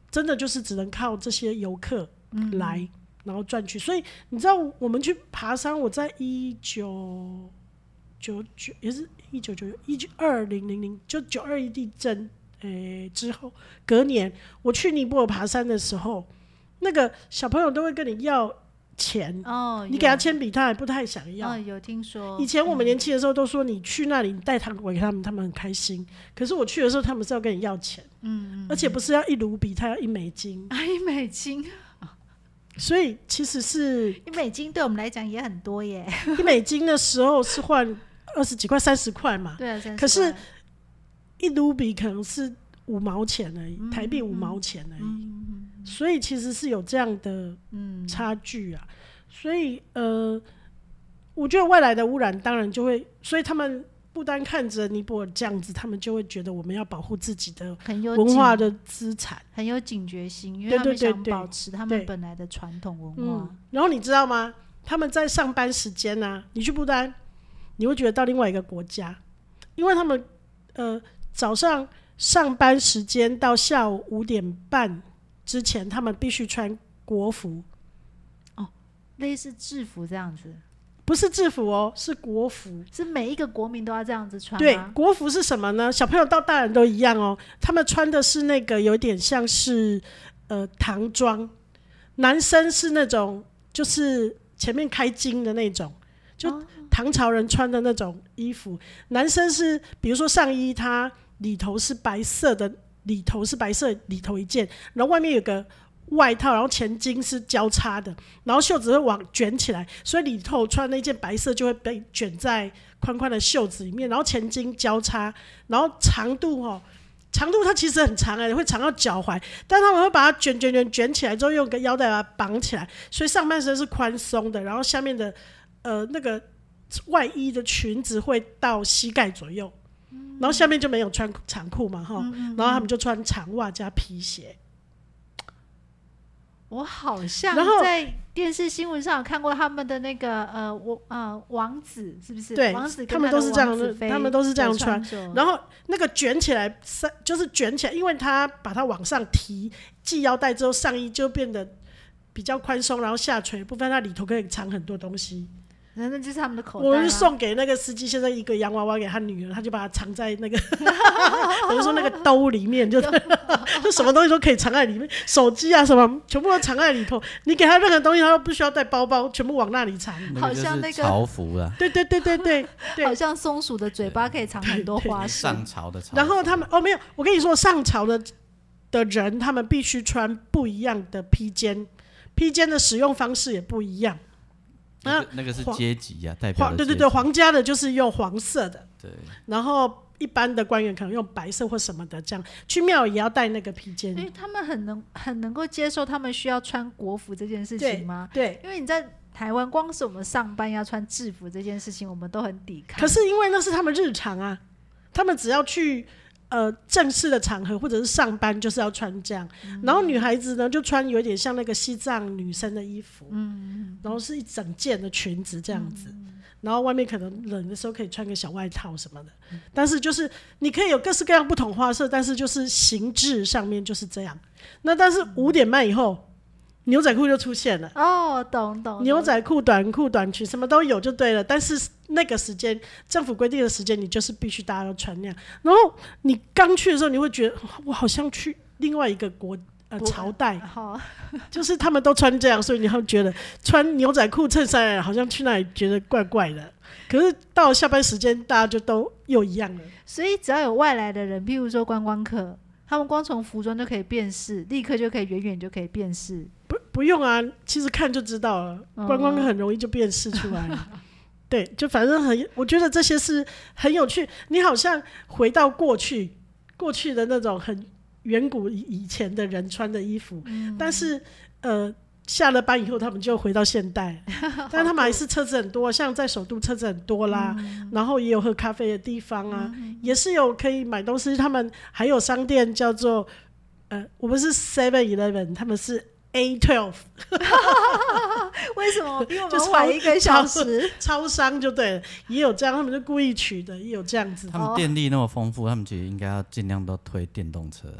真的就是只能靠这些游客来、嗯、然后赚取。所以你知道我们去爬山，我在一九九九也是一九九九一九二零零零就九二一地震诶之后，隔年我去尼泊尔爬山的时候，那个小朋友都会跟你要钱、哦、你给他铅笔他还不太想要、 哦、有听说。 以前我们年轻的时候都说你去那里你带糖果给他们他们很开心，可是我去的时候他们是要跟你要钱、嗯、而且不是要一卢比，他要一美金、 啊、一美金， 所以其实是一美金对我们来讲也很多耶。 一美金的时候是换二十几块三十块嘛， 对啊，三十块。 可是一卢比可能是五毛钱而已、嗯、台币五毛钱而已、嗯、所以其实是有这样的差距啊、嗯、所以呃，我觉得外来的污染当然就会，所以他们不单看着尼泊尔这样子，他们就会觉得我们要保护自己的文化的资产， 很有警觉心，因为他们想保持他们本来的传统文化、嗯、 然后你知道吗，他们在上班时间啊，你去不丹你会觉得到另外一个国家，因为他们呃早上上班时间到下午五点半之前他们必须穿国服， 哦，类似制服这样子。 不是制服哦，是国服， 是每一个国民都要这样子穿吗？ 对，国服是什么呢？小朋友到大人都一样哦，他们穿的是那个有点像是呃唐装，男生是那种就是前面开襟的那种，就唐朝人穿的那种衣服、哦、男生是比如说上衣它里头是白色的，里头是白色里头一件，然后外面有个外套，然后前襟是交叉的，然后袖子会往卷起来，所以里头穿那件白色就会被卷在宽宽的袖子里面，然后前襟交叉，然后长度哦，长度它其实很长哎、欸，会长到脚踝，但他们会把它卷卷卷卷起来之后，用个腰带把它绑起来，所以上半身是宽松的，然后下面的呃那个外衣的裙子会到膝盖左右，然后下面就没有穿长裤嘛、嗯嗯嗯、然后他们就穿长袜加皮鞋。 我好像在电视新闻上有看过他们的那个呃我呃王子，是不是？ 对， 王子他们都是这样的，他们都是这样穿。然后那个卷起来，就是卷起来，因为他把它往上提，系腰带之后，上衣就变得比较宽松，然后下垂的部分它里头可以藏很多东西。 那就是他们的口袋、啊。 我是送给那个司机先生一个洋娃娃给他女儿，他就把它藏在那个等于说那个兜里面，就就什么东西都可以藏在里面，手机啊什么全部都藏在里头。你给他任何东西，他都不需要带包包，全部往那里藏。 好像那个巢服啦， 对对对对对对， 好像松鼠的嘴巴可以藏很多花生。 上巢的巢。 然后他们哦没有，我跟你说上巢的的人，他们必须穿不一样的披肩，披肩的使用方式也不一样。 那个、那个是阶级呀、啊，代表的阶级。 对对对，皇家的就是用黄色的， 对。 然后一般的官员可能用白色或什么的，这样去庙也要带那个披肩。 因为他们很能很能够接受他们需要穿国服这件事情吗？ 对，对因为你在台湾，光是我们上班要穿制服这件事情，我们都很抵抗。 可是因为那是他们日常啊，他们只要去。呃，正式的场合或者是上班就是要穿这样、嗯、然后女孩子呢就穿有点像那个西藏女生的衣服、嗯、然后是一整件的裙子这样子、嗯、然后外面可能冷的时候可以穿个小外套什么的、嗯、但是就是你可以有各式各样不同花色，但是就是形制上面就是这样。那但是五点半以后牛仔裤就出现了哦，懂懂， 牛仔裤、短裤、短裙什么都有就对了。但是那个时间，政府规定的时间，你就是必须大家都穿那样。然后你刚去的时候，你会觉得我好像去另外一个国呃朝代，就是他们都穿这样，所以你会觉得穿牛仔裤、衬衫好像去那里觉得怪怪的。可是到了下班时间，大家就都又一样了。 所以只要有外来的人，譬如说观光客。他们光从服装就可以辨识，立刻就可以远远就可以辨识。 不不用啊，其实看就知道了，嗯、观光很容易就辨识出来了。对，就反正很，我觉得这些是很有趣。你好像回到过去，过去的那种很远古以前的人穿的衣服，嗯、但是呃。下了班以后他们就回到现代但他们还是车子很多，像在首都车子很多啦、嗯、然后也有喝咖啡的地方啊、嗯、也是有可以买东西，他们还有商店叫做呃，我们是 seven eleven， 他们是 A twelve 为什么比我们晚一个小时超商就对了，也有这样，他们就故意取的，也有这样子。 他们电力那么丰富，他们其实应该要尽量都推电动车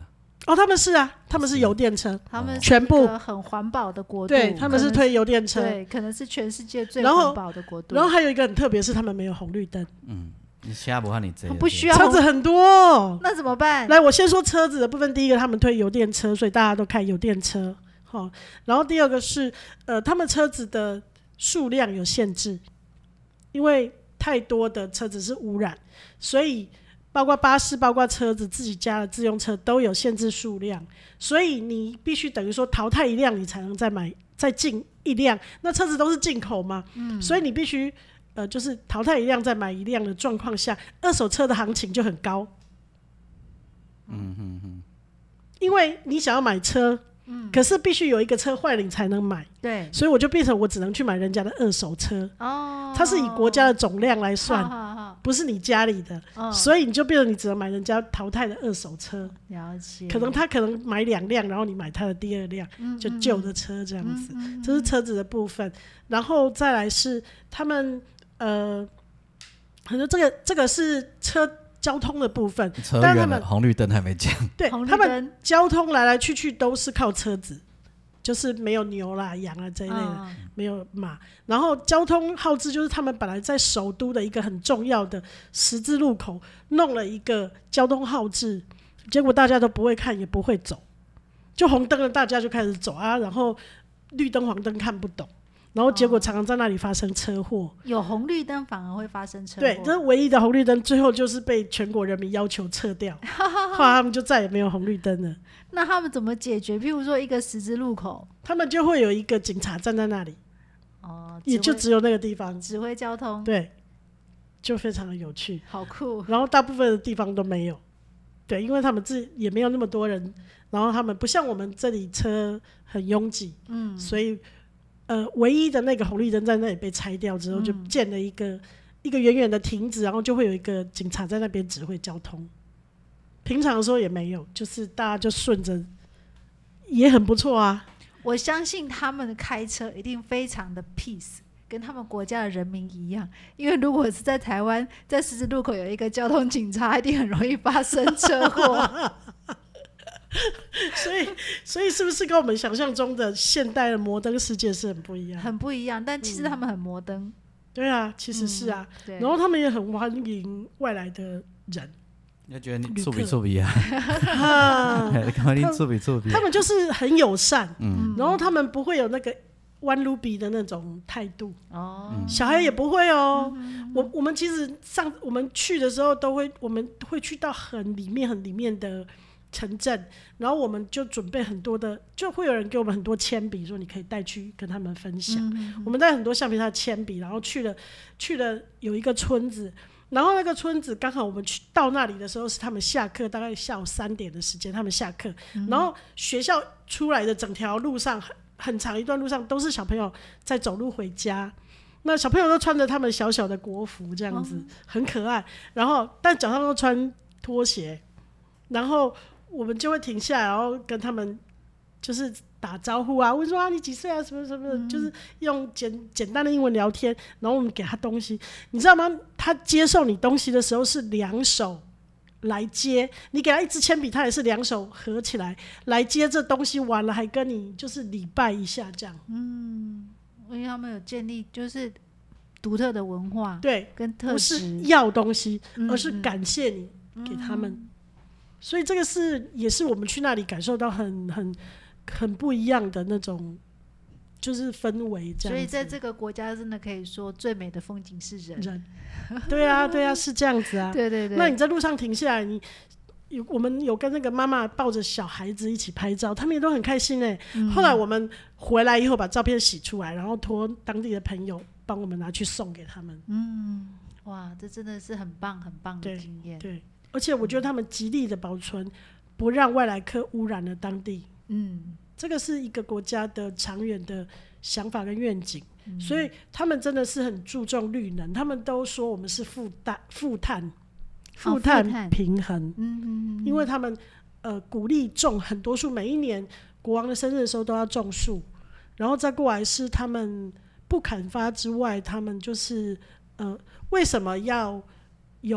哦，他们是啊，他们是油电车， 他们是全部一个很环保的国度， 对，他们是推油电车， 对，可能是全世界最然后环保的国度。 然后还有一个很特别，是他们没有红绿灯， 嗯，你车不和你这不需要车子很多， 那怎么办？ 来，我先说车子的部分。第一个，他们推油电车，所以大家都开油电车。好，然后第二个是，呃，他们车子的数量有限制，因为太多的车子是污染，所以包括巴士、包括车子自己家的自用车都有限制数量，所以你必须等于说淘汰一辆，你才能再买再进一辆。那车子都是进口嘛，嗯、所以你必须呃，就是淘汰一辆再买一辆的状况下，二手车的行情就很高。 嗯哼哼， 因为你想要买车。嗯、可是必须有一个车坏了你才能买， 对， 所以我就变成我只能去买人家的二手车。 哦， 它是以国家的总量来算， 好好好， 不是你家里的， 哦， 所以你就变成你只能买人家淘汰的二手车。 了解， 可能他可能买两辆，然后你买他的第二辆， 嗯、 就旧的车这样子。 嗯嗯嗯、 这是车子的部分，然后再来是他们呃，可能这个这个是车。交通的部分， 车远了，红绿灯还没讲。 对，他们交通来来去去都是靠车子，就是没有牛啦、羊啊这一类的，哦、没有马。然后交通号志就是他们本来在首都的一个很重要的十字路口弄了一个交通号志，结果大家都不会看也不会走，就红灯了大家就开始走啊，然后绿灯黄灯看不懂。然后结果常常在那里发生车祸，哦、 有红绿灯反而会发生车祸。 对，这是唯一的红绿灯，最后就是被全国人民要求撤掉，后来他们就再也没有红绿灯了。 那他们怎么解决？譬如说一个十字路口， 他们就会有一个警察站在那里， 哦， 也就只有那个地方指挥交通， 对，就非常的有趣， 好酷。 然后大部分的地方都没有，对，因为他们自己也没有那么多人，然后他们不像我们这里车很拥挤，嗯，所以。呃，唯一的那个红绿灯在那里被拆掉之后，就建了一个、嗯、一个远远的亭子，然后就会有一个警察在那边指挥交通。平常的时候也没有，就是大家就顺着，也很不错啊。 我相信他们的开车一定非常的 peace， 跟他们国家的人民一样。因为如果是在台湾，在十字路口有一个交通警察，一定很容易发生车祸。 所以，所以是不是跟我们想象中的现代的摩登世界是很不一样？ 很不一样，但其实他们很摩登。嗯、 对啊，其实是啊、嗯。然后他们也很欢迎外来的人。 你觉得你触笔触笔啊？他们触笔触笔。 他们就是很友善，嗯，然后他们不会有那个弯路比的那种态度。哦，小孩也不会哦。嗯、我我们其实上我们去的时候都会，我们会去到很里面很里面的。城镇，然后我们就准备很多的，就会有人给我们很多铅笔，说你可以带去跟他们分享。嗯嗯、我们带很多橡皮擦、铅笔，然后去了去了有一个村子，然后那个村子刚好我们去到那里的时候是他们下课，大概下午三点的时间，他们下课，嗯、然后学校出来的整条路上很很长一段路上都是小朋友在走路回家。那小朋友都穿着他们小小的国服，这样子、哦、很可爱。然后但脚上都穿拖鞋，然后。我们就会停下来，然后跟他们就是打招呼啊，问说啊你几岁啊，什么什么、嗯，就是用简简单的英文聊天，然后我们给他东西，你知道吗？他接受你东西的时候是两手来接，你给他一支铅笔，他也是两手合起来来接这东西，完了还跟你就是礼拜一下这样。 嗯，因为他们有建立就是独特的文化， 对， 跟特质， 不是要东西，而是感谢你给他们。嗯，所以这个是也是我们去那里感受到很很很不一样的那种就是氛围这样子。 所以在这个国家真的可以说最美的风景是人。 人对啊对啊，是这样子啊。 对对对。 那你在路上停下来，你有我们有跟那个妈妈抱着小孩子一起拍照，他们也都很开心哎、欸嗯。后来我们回来以后把照片洗出来，然后托当地的朋友帮我们拿去送给他们。 嗯，哇，这真的是很棒很棒的经验。 对。对，而且我觉得他们极力的保存，不让外来客污染了当地。嗯，这个是一个国家的长远的想法跟愿景、嗯，所以他们真的是很注重绿能。他们都说我们是负碳、负碳、负碳平衡。嗯嗯，因为他们呃鼓励种很多树，每一年国王的生日的时候都要种树，然后再过来是他们不砍伐之外，他们就是呃为什么要有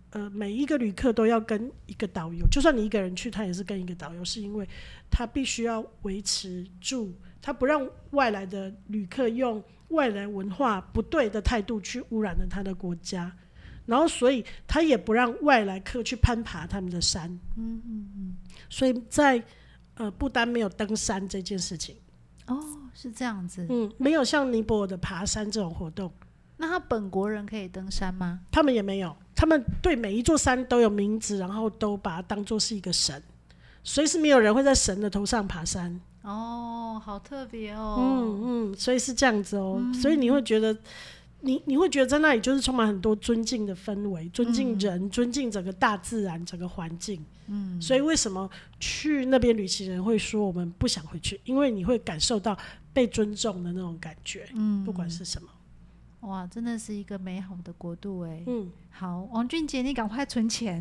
呃每一个旅客都要跟一个导游，就算你一个人去，他也是跟一个导游，是因为他必须要维持住，他不让外来的旅客用外来文化不对的态度去污染了他的国家，然后所以他也不让外来客去攀爬他们的山。嗯嗯嗯。所以在呃不丹没有登山这件事情。 哦，是这样子。 嗯，没有像尼泊尔的爬山这种活动。 那他本国人可以登山吗？ 他们也没有，他们对每一座山都有名字，然后都把它当作是一个神，所以是没有人会在神的头上爬山。 哦，好特别哦。 嗯嗯，所以是这样子哦。嗯、所以你会觉得，你你会觉得在那里就是充满很多尊敬的氛围，尊敬人，嗯、尊敬整个大自然，整个环境。嗯，所以为什么去那边旅行人会说我们不想回去？因为你会感受到被尊重的那种感觉。嗯，不管是什么。 哇，真的是一个美好的国度哎。嗯，好，王俊杰，你赶快存钱，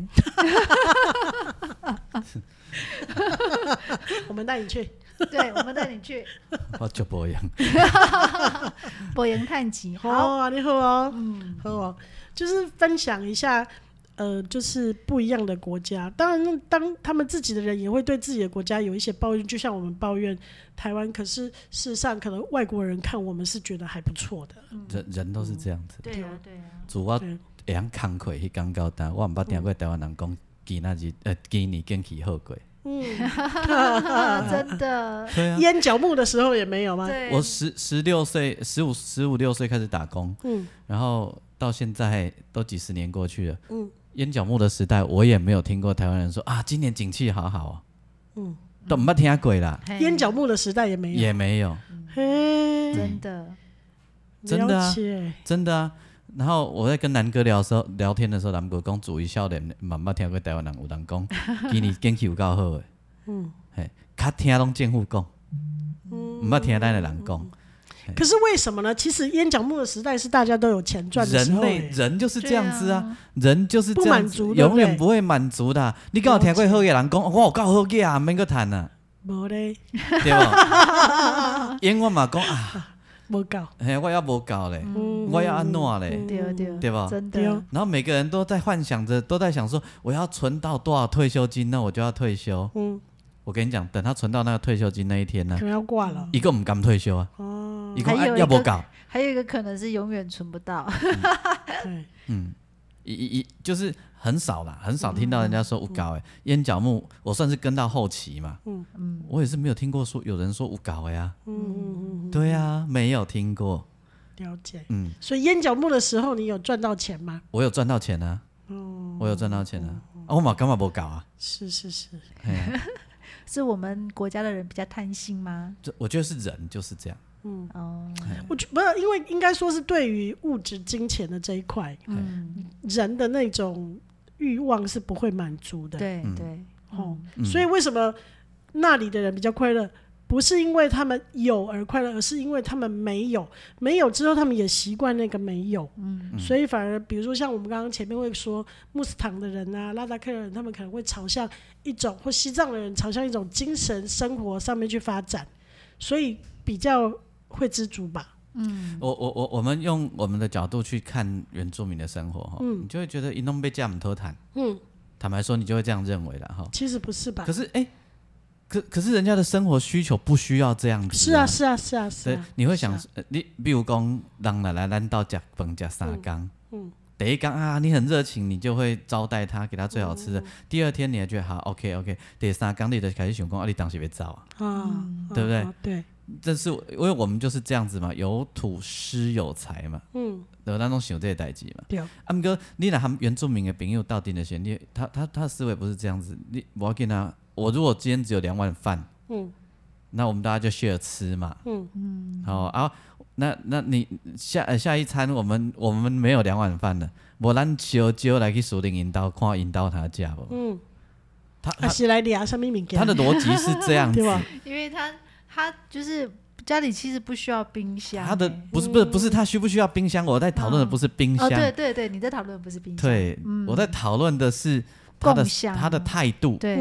我们带你去。 对，我们带你去。 我就博洋， 博洋探集。 好啊，你好哦，嗯，好哦，就是分享一下。呃，就是不一样的国家，当然，当他们自己的人也会对自己的国家有一些抱怨，就像我们抱怨台湾，可是事实上，可能外国人看我们是觉得还不错的。 嗯、人人都是这样子。 嗯、对啊，对啊。 自我会晓慷慨迄天到单，我唔捌听过台湾人讲今仔日呃今年天气好过。嗯， 真的。 对啊。 烟角木的时候也没有吗？ 我十十六岁，十五十五六岁开始打工，嗯，然后到现在都几十年过去了，嗯。烟角木的时代，我也没有听过台湾人说啊，今年景气好好哦，嗯，都没听过啦。 烟角木的时代也没有， 也没有， 嘿， 真的， 真的啊，真的啊。然后我在跟南哥聊的时候，聊天的时候，南哥讲主义少年，嘛捌听过台湾人有人讲，今年天气有够好的，嗯，嘿，较听拢政府讲，唔捌听咱的人讲。 可是为什么呢？其实烟角木的时代是大家都有钱赚的时候、欸， 人类人就是这样子啊，啊人就是这样子，永远不会满足的、啊。你敢有听过好嘅人讲，我有够好嘅啊，免搁谈啊， 无咧， 对不？烟我嘛讲啊， 无够， 嘿，我要无够咧，嗯、我要安怎咧， 对对， 对吧？ 真的。 然后每个人都在幻想着，都在想说，我要存到多少退休金，那我就要退休。嗯，我跟你讲，等他存到那个退休金那一天呢， 可能要挂了， 一个唔敢退休啊。哦。 还有要不搞， 还有一个可能是永远存不到。 嗯，嗯，一一就是很少啦，很少听到人家说有搞诶。烟角木我算是跟到后期嘛，嗯嗯，我也是没有听过说有人说有搞诶啊，嗯嗯嗯，对啊，没有听过。 了解，嗯，所以烟角木的时候你有赚到钱吗？ 我有赚到钱啊，哦，我有赚到钱啊，啊，我嘛干嘛不搞啊？ 是是是， 是我们国家的人比较贪心吗？ 我觉得是人就是这样。嗯哦，我觉不是，因为应该说是对于物质金钱的这一块，嗯，人的那种欲望是不会满足的， 对对， 哦，嗯、所以为什么那里的人比较快乐？不是因为他们有而快乐，而是因为他们没有，没有之后他们也习惯那个没有，嗯，所以反而比如说像我们刚刚前面会说穆斯唐的人啊、拉达克的人，他们可能会朝向一种，或西藏的人朝向一种精神生活上面去发展，所以比较会知足吧。嗯， 我我我我们用我们的角度去看原住民的生活，嗯，你就会觉得一弄被这么偷谈，嗯，坦白说你就会这样认为了哈。 其实不是吧？ 可是哎。欸可可是人家的生活需求不需要这样子、啊。 是啊是啊是啊是啊。 你会想，啊、你比如讲，人来来咱到吃饭吃三天，嗯嗯、第一天啊，你很热情，你就会招待他，给他最好吃的。嗯、第二天你还觉得好 OK OK， 第三天你就开始想讲，啊，你当时别走啊，嗯、对不对？啊、 对。 这是因为我们就是这样子嘛，有土施有财嘛，嗯，对，咱拢想这些代志嘛。对。啊，不过你若和原住民的朋友到底的时候，你他他他的思维不是这样子，你不要跟他。我如果今天只有两碗饭，嗯，那我们大家就 share 吃嘛，嗯嗯，好啊，那那你下、呃、下一餐我们我们没有两碗饭了，我咱小酒来去树林引导看引导他家不？嗯， 他他是来抓什么物件？ 他的逻辑是这样子， 因为他他就是家里其实不需要冰箱、欸， 他的不是不是不是他需不需要冰箱？我在讨论的不是冰箱， 哦对对对，你在讨论的不是冰箱， 对，嗯、我在讨论的是他的他的态度， 对。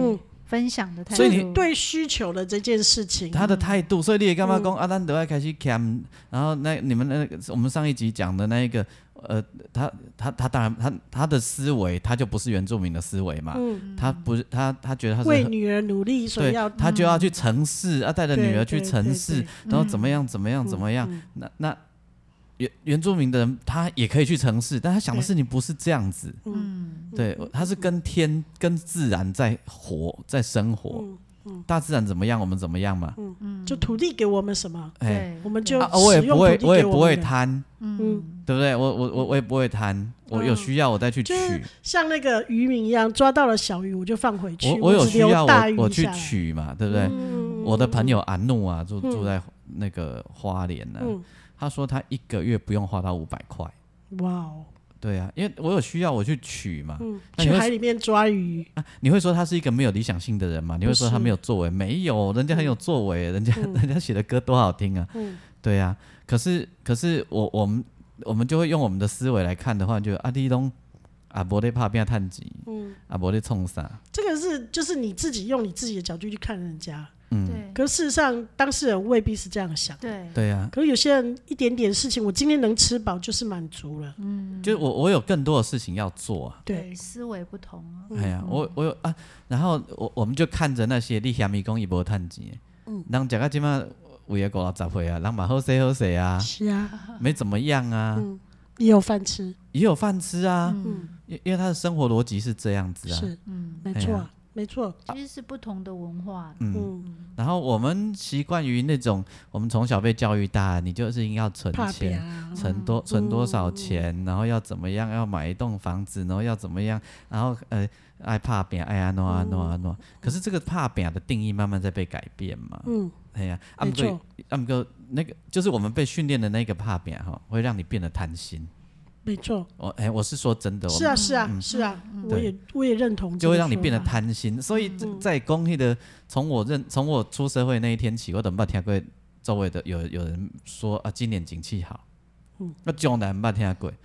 分享的态度， 所以你对需求的这件事情， 他的态度，所以你也干嘛讲、嗯、啊？咱都要开始 cam， 然后那你们那个我们上一集讲的那一个，呃，他他他当然他他的思维，他就不是原住民的思维嘛，嗯、他不是他他觉得他是为女儿努力，所以要他就要去城市、嗯、啊，带着女儿去城市，然后怎么样怎么样怎么样，嗯、那那。原原住民的人，他也可以去城市，但他想的事情不是这样子。嗯，对，他是跟天、跟自然在活，在生活。嗯嗯、大自然怎么样，我们怎么样嘛。嗯嗯，就土地给我们什么， 对， 我们就啊，我也不会，我也不会贪。 嗯，对不对？我我我我也不会贪，我有需要我再去取。 就是像那个渔民一样，抓到了小鱼我就放回去。 我我有需要我我去取嘛，对不对？嗯、我的朋友安怒啊，住住在那个花莲呢、啊。嗯他说他一个月不用花到五百块。 哇哦！ 对啊，因为我有需要我去取嘛， 嗯、去海里面抓鱼、 啊。你会说他是一个没有理想性的人吗？你会说他没有作为？没有，人家很有作为，嗯、人家、嗯、人家写的歌多好听啊。嗯、对啊，可是可是我我们我们就会用我们的思维来看的话，就啊你都啊没在打拼赚钱，嗯，啊没在冲啥。 这个是就是你自己用你自己的角度去看人家。 嗯，对。 可是事实上，当事人未必是这样想。 对， 对啊。 可是有些人一点点事情，我今天能吃饱就是满足了。 嗯，就是我我有更多的事情要做啊。 对，思维不同啊。 哎呀，我我有啊，然后我我们就看着那些你嫌伊讲伊无趁钱，嗯，人食到今嘛有个五六十岁啊，人嘛好势好势啊。 是啊。 没怎么样啊。 嗯，也有饭吃。 也有饭吃啊。嗯，因因为他的生活逻辑是这样子啊。 是，嗯，没错、啊。没错， 其实是不同的文化。 嗯，嗯然后我们习惯于那种，我们从小被教育大，你就是应该要存钱，存多存多少钱，嗯、然后要怎么样，要买一栋房子，然后要怎么样，然后呃爱怕扁，爱安诺安诺安诺。可是这个怕扁的定义慢慢在被改变嘛。嗯，哎呀、啊， 没错， 啊，不过那个就是我们被训练的那个怕扁哈，会让你变得贪心。 没错， 我哎，我是说真的， 是啊是啊、嗯、是啊，我也我也认同， 就会让你变得贪心。所以在讲迄个，从我认从我出社会那一天起，我都没听过周围的有有人说啊，今年景气好，嗯，那从来没听过。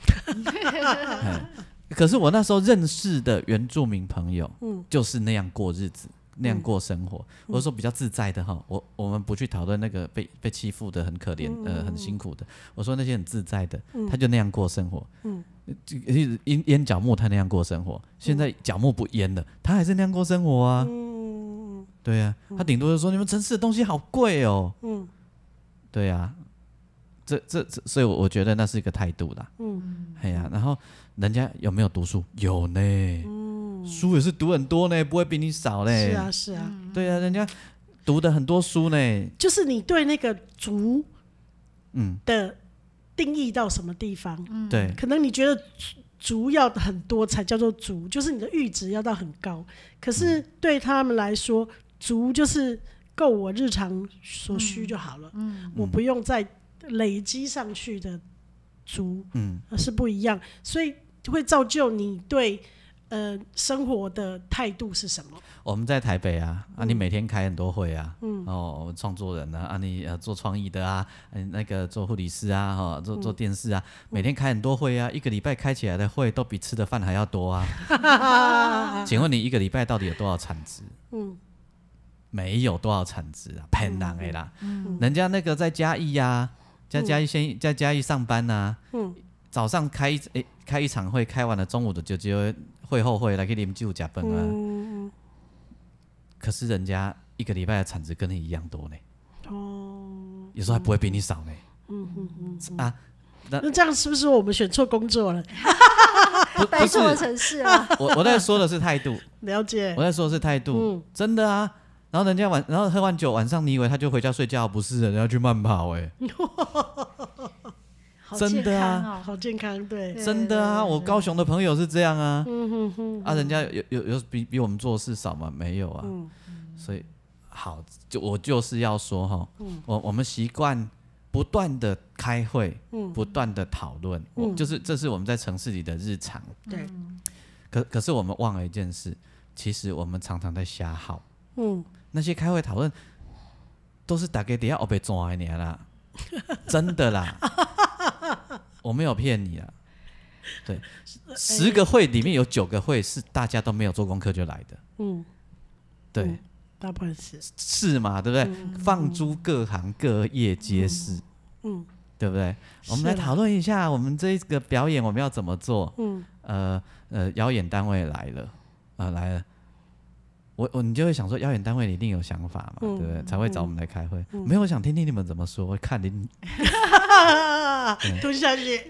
可是我那时候认识的原住民朋友，嗯，就是那样过日子。那样过生活，或者说比较自在的哈，我我们不去讨论那个被被欺负的很可怜、嗯、呃很辛苦的，我说那些很自在的，嗯、他就那样过生活，嗯，腌腌角木他那样过生活，现在角木不腌了，他还是那样过生活啊，嗯，对啊，他顶多就说你们城市的东西好贵哦，嗯，对啊，这这这，所以我觉得那是一个态度啦，嗯，哎呀、啊，然后人家有没有读书？有呢，嗯。书也是读很多呢，不会比你少呢。 是啊，是啊， 对啊，人家读的很多书呢。 就是你对那个族，嗯的定义到什么地方？嗯， 对， 可能你觉得族要很多才叫做族，就是你的阈值要到很高。可是对他们来说，族就是够我日常所需就好了。嗯，我不用再累积上去的族，嗯，是不一样，所以会造就你对。呃，生活的态度是什么？ 我们在台北啊，啊，你每天开很多会啊，嗯，哦，创作人啊，啊，你呃做创意的啊，嗯，那个做护理师啊，哈、哦，做做电视啊，嗯、每天开很多会啊，一个礼拜开起来的会都比吃的饭还要多啊。请问你一个礼拜到底有多少产值？嗯，没有多少产值啊，骗人的啦。嗯，人家那个在嘉义啊，在嘉义先在嘉义上班啊，嗯，早上开一诶、欸、开一场会，开完了中午的就就。会后会来去啉酒吃饭啊、嗯，可是人家一个礼拜的产值跟你一样多呢，哦，有时候还不会比你少呢，嗯嗯嗯啊， 那, 那这样是不是我们选错工作了？ 来错了城市啊！ 我我在說的是態度， 了解， 我在說的是態度、嗯，真的啊。然後人家晚，然後喝完酒晚上，你以為他就回家睡覺，不是，人家去慢跑哎、欸。真的啊， 好健康，对， 真的啊，我高雄的朋友是这样啊，嗯哼哼，啊，人家有有有比比我们做的事少吗？没有啊，嗯、所以好，就我就是要說哈、嗯，我我們習慣不斷的開會，嗯、不斷的討論，嗯、就是這是我們在城市裡的日常， 對， 可可是我們忘了一件事，其實我們常常在瞎耗，嗯，那些開會討論都是大家底下黑白轉的啦，真的啦。我沒有騙你啊，對，十個會裡面有九個會是大家都沒有做功課就來的，嗯， 对、 嗯，大部分是是嘛，对不对？嗯、放诸各行各业皆是，嗯，嗯对不对？我们来讨论一下，我们这个表演我们要怎么做？嗯，呃呃，邀演单位来了，呃来了。我我你就会想说，邀演单位你一定有想法嘛，嗯、对不对？才会找我们来开会。嗯、没有，我想听听你们怎么说，我看你吞下去。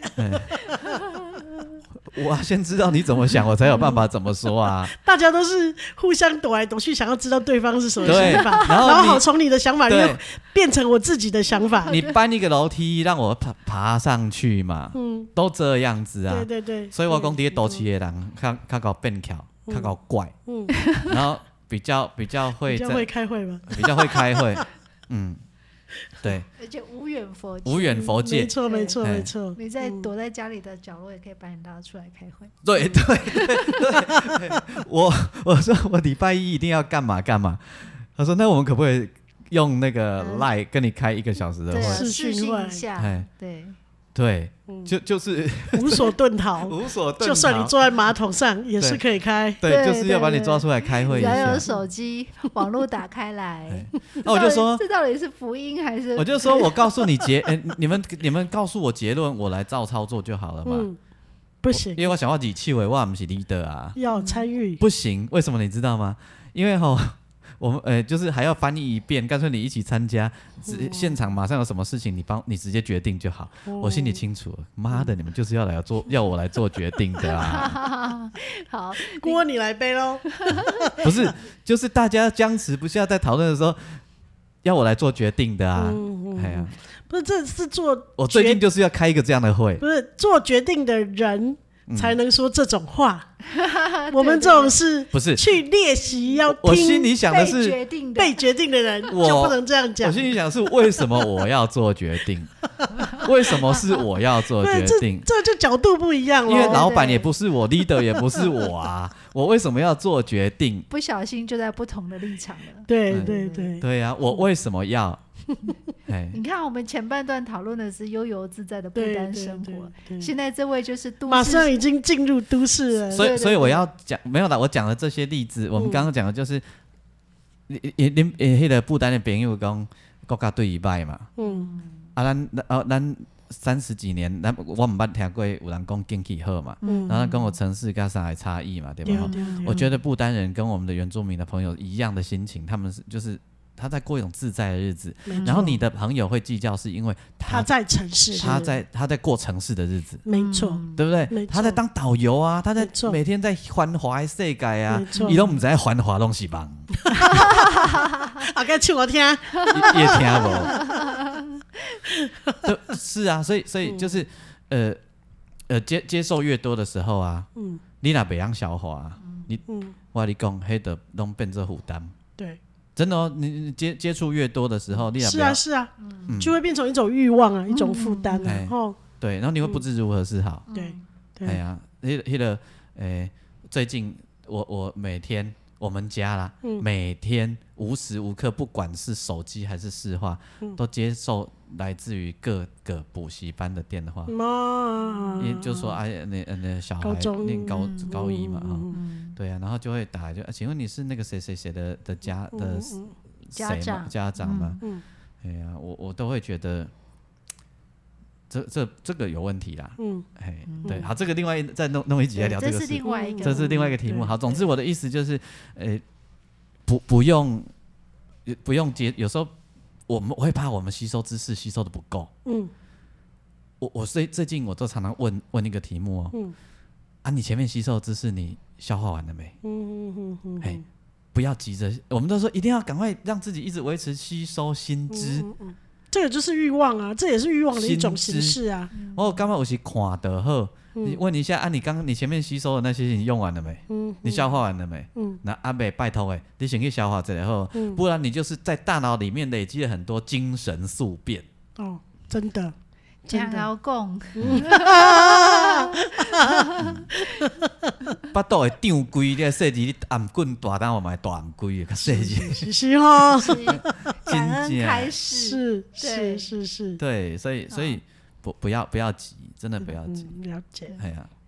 我要先知道你怎么想，我才有办法怎么说啊。 大家都是互相躲来躲去，想要知道对方是什么想法，然后然后好从你的想法又变成我自己的想法。 你搬一个楼梯让我 爬, 爬上去嘛，嗯，都这样子啊。 对对对。 所以我讲这些斗气的人，较较搞变巧，较搞怪，嗯，然后比较比较会比较会开会吗？ 比较会开会，嗯。对， 而且无远佛界， 无远佛界， 没错没错没错。 你在躲在家里的角落，也可以把你拉出来开会。 对对 对, 对, 对，我我说我礼拜一一定要干嘛干嘛。他说那我们可不可以用那个 Line 跟你开一个小时的会？ 视讯一下，对。 对，嗯、就就是无所遁逃， 无所遁逃。 就算你坐在马桶上，也是可以开。 对，对就是要把你抓出来开会一下。 只要有手机，网络打开来。 那我就说， 这到底是福音还是？ 我就说我告诉你结，欸、你们你们告诉我结论，我来照操作就好了嘛。嗯、 不行， 因为我想要以气为我不是 leader 啊。 要参与。 不行，为什么你知道吗？因为吼。我们呃、欸，就是还要翻译一遍，干脆你一起参加，嗯、现场马上有什么事情，你帮你直接决定就好。嗯、我心里清楚，妈的，你们就是要来做，要我来做决定的啊！ 好， 锅你来背咯。 不是，就是大家僵持不下，在讨论的时候，要我来做决定的啊！嗯嗯、哎呀， 不是，这是做， 我最近就是要开一个这样的会， 不是做决定的人。才能说这种话。我们这种是不是去练习要听？ 我心里想的是被决定的人就不能这样讲。 我心里想的是为什么我要做决定？为什么是我要做决定？ 这, 这就角度不一样了。 因为老板也不是我 ，leader 也不是我啊，我为什么要做决定？ 不小心就在不同的立场了。 对对对对呀、啊，我为什么要？ 你看，我们前半段讨论的是悠游自在的不丹生活，对对对对，现在这位就是都市， 马上已经进入都市了。 所以，所以我要讲，没有啦，我讲的这些例子，我们刚刚讲的就是，你你你那个不丹的朋友讲国家对伊歹嘛，嗯，啊，咱啊咱三十几年，咱我唔捌听过有人讲经济好嘛，嗯，然后跟我城市跟上海差异嘛，对吧？对对对，我觉得不丹人跟我们的原住民的朋友一样的心情，他们是就是。他在过一种自在的日子，然后你的朋友会计较，是因为 他, 他在城市， 他在他在过城市的日子， 没错， 对不对？他在当导游啊，他在每天在环华世界啊，伊都唔知环华拢是忙， 啊，该唱我听， 也听不，是啊，所以所以就是、嗯、呃呃接接受越多的时候啊，嗯、你若袂晓消化、啊，你、嗯、我跟你讲，迄都拢变做负担， 对。 真的哦，你接接触越多的时候，你是啊是啊、嗯，就会变成一种欲望啊，嗯、一种负担啊、 嗯哦。对，然后你会不知如何是好。 对、嗯，对。 哎呀，那那个，诶，最近我我每天我们家啦、嗯，每天无时无刻，不管是手机还是视话、嗯，都接受来自于各个补习班的电话。妈，因为就说哎，那那小孩念高高, 高一嘛哈。嗯对啊，然后就会打就，请问你是那个谁谁谁的的家的家长家长吗？嗯，哎呀、啊，我我都会觉得这这这个有问题啦。嗯，哎，对，好，这个另外再弄弄一集来聊这个事， 这是另外一个， 这是另外一个题目。好，总之我的意思就是，呃，不不用不用接，有时候我们我会怕我们吸收知识吸收的不够。嗯，我我最最近我都常常问问一个题目哦。嗯，啊，你前面吸收的知识你消化完了没？嗯嗯嗯嗯，哎，不要急着，我们都说一定要赶快让自己一直维持吸收新知。嗯嗯嗯，这个就是欲望啊，这也是欲望的一种形式啊。 我刚刚有时看得好，嗯、你问一下啊，你刚刚你前面吸收的那些你用完了没？嗯嗯、你消化完了没？嗯，那阿伯拜托哎，你先去消化一下后、嗯，不然你就是在大脑里面累积了很多精神宿便。 哦，真的。 真要讲， 巴肚会胀规，你细字你按棍大单我买大按规的，细字是是哈， 感恩开始， 是是是是， 对，所以所以不不要不要急，真的不要急， 嗯、了解， 哎呀，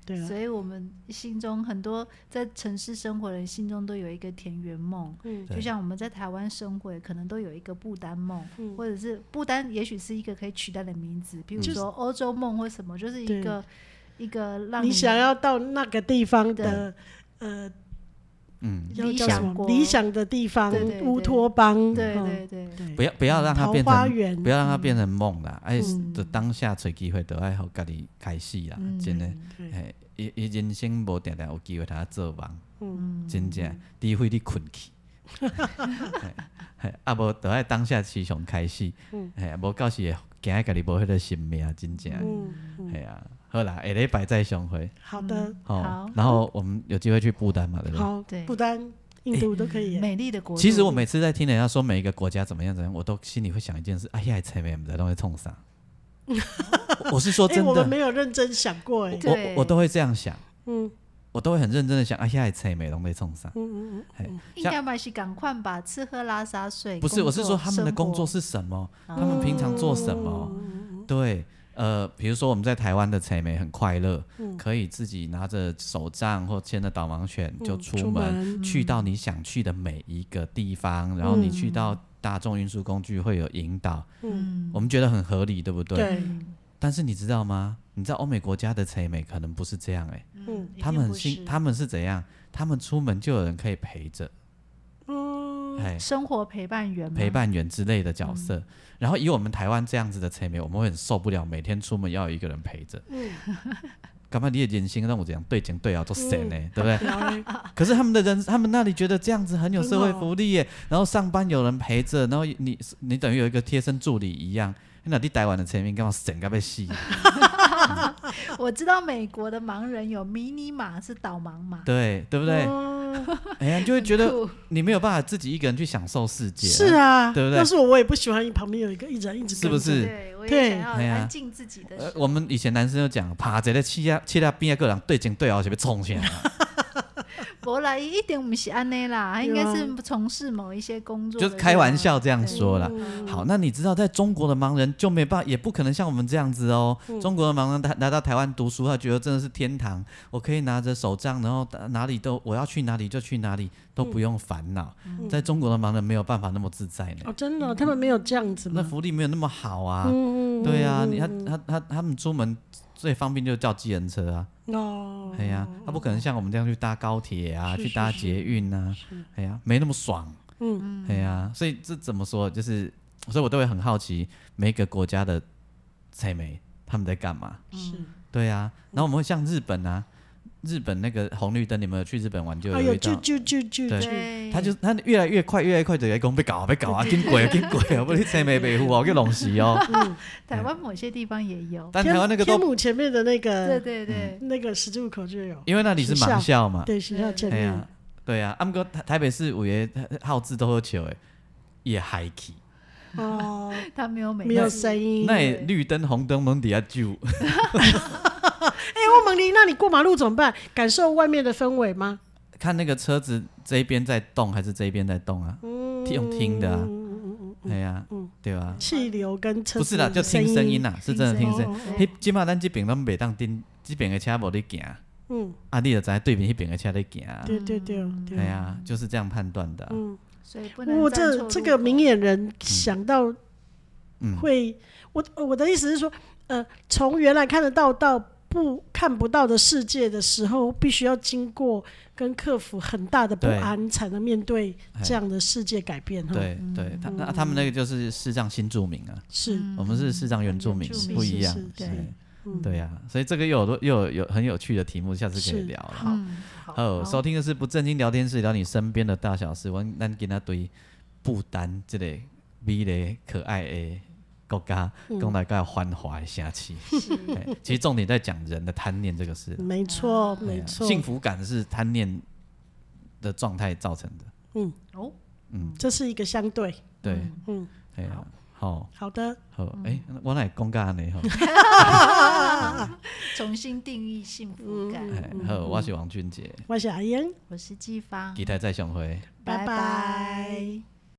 对啊， 所以我们心中很多在城市生活的人心中都有一个田园梦， 嗯就像我们在台湾生活，可能都有一个不丹梦， 嗯或者是不丹，也许是一个可以取代的名字，比如说欧洲梦或什么，就是一个一个让你想要到那个地方的呃。 嗯， 理要叫什么想国理想的地方， 对对对乌托邦， 对嗯对对对， 不要不要让它变成， 桃花源不要让它变成梦啦，哎、 嗯就当下找机会就爱互家己开始啦， 嗯真的， 对嘿，伊伊人生无定定有机会通他做梦， 嗯真正，除非你困去，嘿嘿啊无就爱当下时常开始， 嗯嘿，无到时会惊家己无迄个性命，真正， 嗯嗯， 嘿啊，好啦，下礼拜再相会， 好的， 哦好， 然后我们有机会去不丹嘛，对不对？ 好对， 不丹、印度都可以耶， 美丽的国度。 其实我每次在听人家说每一个国家怎么样怎么样，我都心里会想一件事：啊，遐菜面不知道都会冲啥。我是说哎， 真的， 我们没有认真想过哎， 对我我都会这样想， 嗯我都会很认真的想：啊，遐菜面拢在冲啥？ 嗯嗯嘿应该嘛是赶快吧，吃喝拉撒睡。 不是， 工作我是说他们的工作生是什么？ 活他们平常做什么？对，呃，比如说我们在台湾的菜美很快乐，可以自己拿着手杖或牵着导盲犬就出出门， 门去到你想去的每一个地方，然后你去到大众运输工具会有引导， 嗯我们觉得很合理，对不对？ 对， 但是你知道吗？你知道欧美国家的菜美可能不是这样哎、 嗯一他们很定不是幸，他们是怎样？他们出门就有人可以陪着， 嗯哎、 生活陪伴员吗陪伴员之类的角色。然后以我们台湾这样子的菜美，我们会很受不了，每天出门要有一个人陪着。 嗯， 干嘛你的人生让我这样对前对后做神呢？对不对？ 然后嘞可是他们的人，他们那里觉得这样子很有社会福利耶。然后上班有人陪着，然后你你等于有一个贴身助理一样。那你台湾的前面干嘛神干被死？ 我知道美国的盲人有迷你马是导盲马， 对对不对？ 嗯哎呀，你就会觉得酷你没有办法自己一个人去享受世界。 是啊， 对不对要是我，我也不喜欢旁边有一个一人一直跟着是不是对，我对也想要哎呀安静自己的时，候。 呃我们以前男生就讲，趴在咧气压气压边个人对前对后是被冲起来。 不啦，一定不是安内啦，他应该是从事某一些工作的人， 就是开玩笑这样说啦。 嗯好，那你知道在中国的盲人就没办法，也不可能像我们这样子哦。 嗯中国的盲人来来到台湾读书，他觉得真的是天堂，我可以拿着手杖，然后哪里都我要去哪里就去哪里，都不用烦恼。在中国的盲人没有办法那么自在呢， 哦，真的，他们没有这样子那吗？ 福利没有那么好啊。 嗯对啊，你他他他他们出门最方便就是叫计程车啊。 哦， 哎呀，他不可能像我们这样去搭高铁啊， 是去搭捷运啊。哎呀，没那么爽。 嗯哎呀，所以这怎么说？就是，所以我都会很好奇每个国家的菜美他们在干嘛。 是， 对啊，然后我们会像日本啊，日本那个红绿灯，你们有去日本玩就哎呦， 有一道， 就就就就对就， 对， 他就他越来越快，越来越快就在讲被搞啊被搞啊，紧过啊紧过啊，不是菜美北户哦，给弄死哦。 台湾某些地方也有， 但台湾那个都天母前面的那对个对对， 那个十字路口就有， 因为那里是盲校嘛。 对，学校前哎呀面，， 对啊，啊，不过台台北市有的号字都好笑诶，也嗨起。 哦， 他没有每没有次声音。 那也绿灯红灯门底下救。 哎，我问你，那你过马路怎么办？感受外面的氛围吗？ 看那个车子这一边在动还是这一边在动啊？用听的啊，哎呀，对吧？ 气流跟车不是啦，就声听声音啦，是真的听声哦音。迄即马咱这边拢袂当顶，这边的车无咧行， 嗯， 啊，你就知道对面迄边的车在行。 对对对对， 哎呀，就是这样判断的啊。 嗯， 所以不能我站错路这这个口明眼人想到嗯， 会，我我的意思是说，呃，从原来看得到到不看不到的世界的时候，必须要经过跟克服很大的不对安，才能面对哎这样的世界改变。哈， 对对，他那他们那个就是视障新住民啊， 是， 嗯我们是视障原住民原住，民不一样是是。 对哎嗯对呀，所以这个又有又有有很有趣的题目，下次可以是聊了。 嗯， 好，收听的是不正经聊天室，聊你身边的大小事。我咱今仔对不丹这个美丽可爱的国家，讲大家繁华的城市。哎其实重点在讲人的贪念这个事。 没错， 哎呀没错， 幸福感是贪念的状态造成的。 嗯， 哦， 嗯， 这是一个相对， 对， 嗯， 哎呀，好， 好的， 好，哎，我来讲个安尼吼， 重新定义幸福感。 哎，好，我是王俊杰， 我是阿英， 我是季芳， 期待再相会。 拜拜拜拜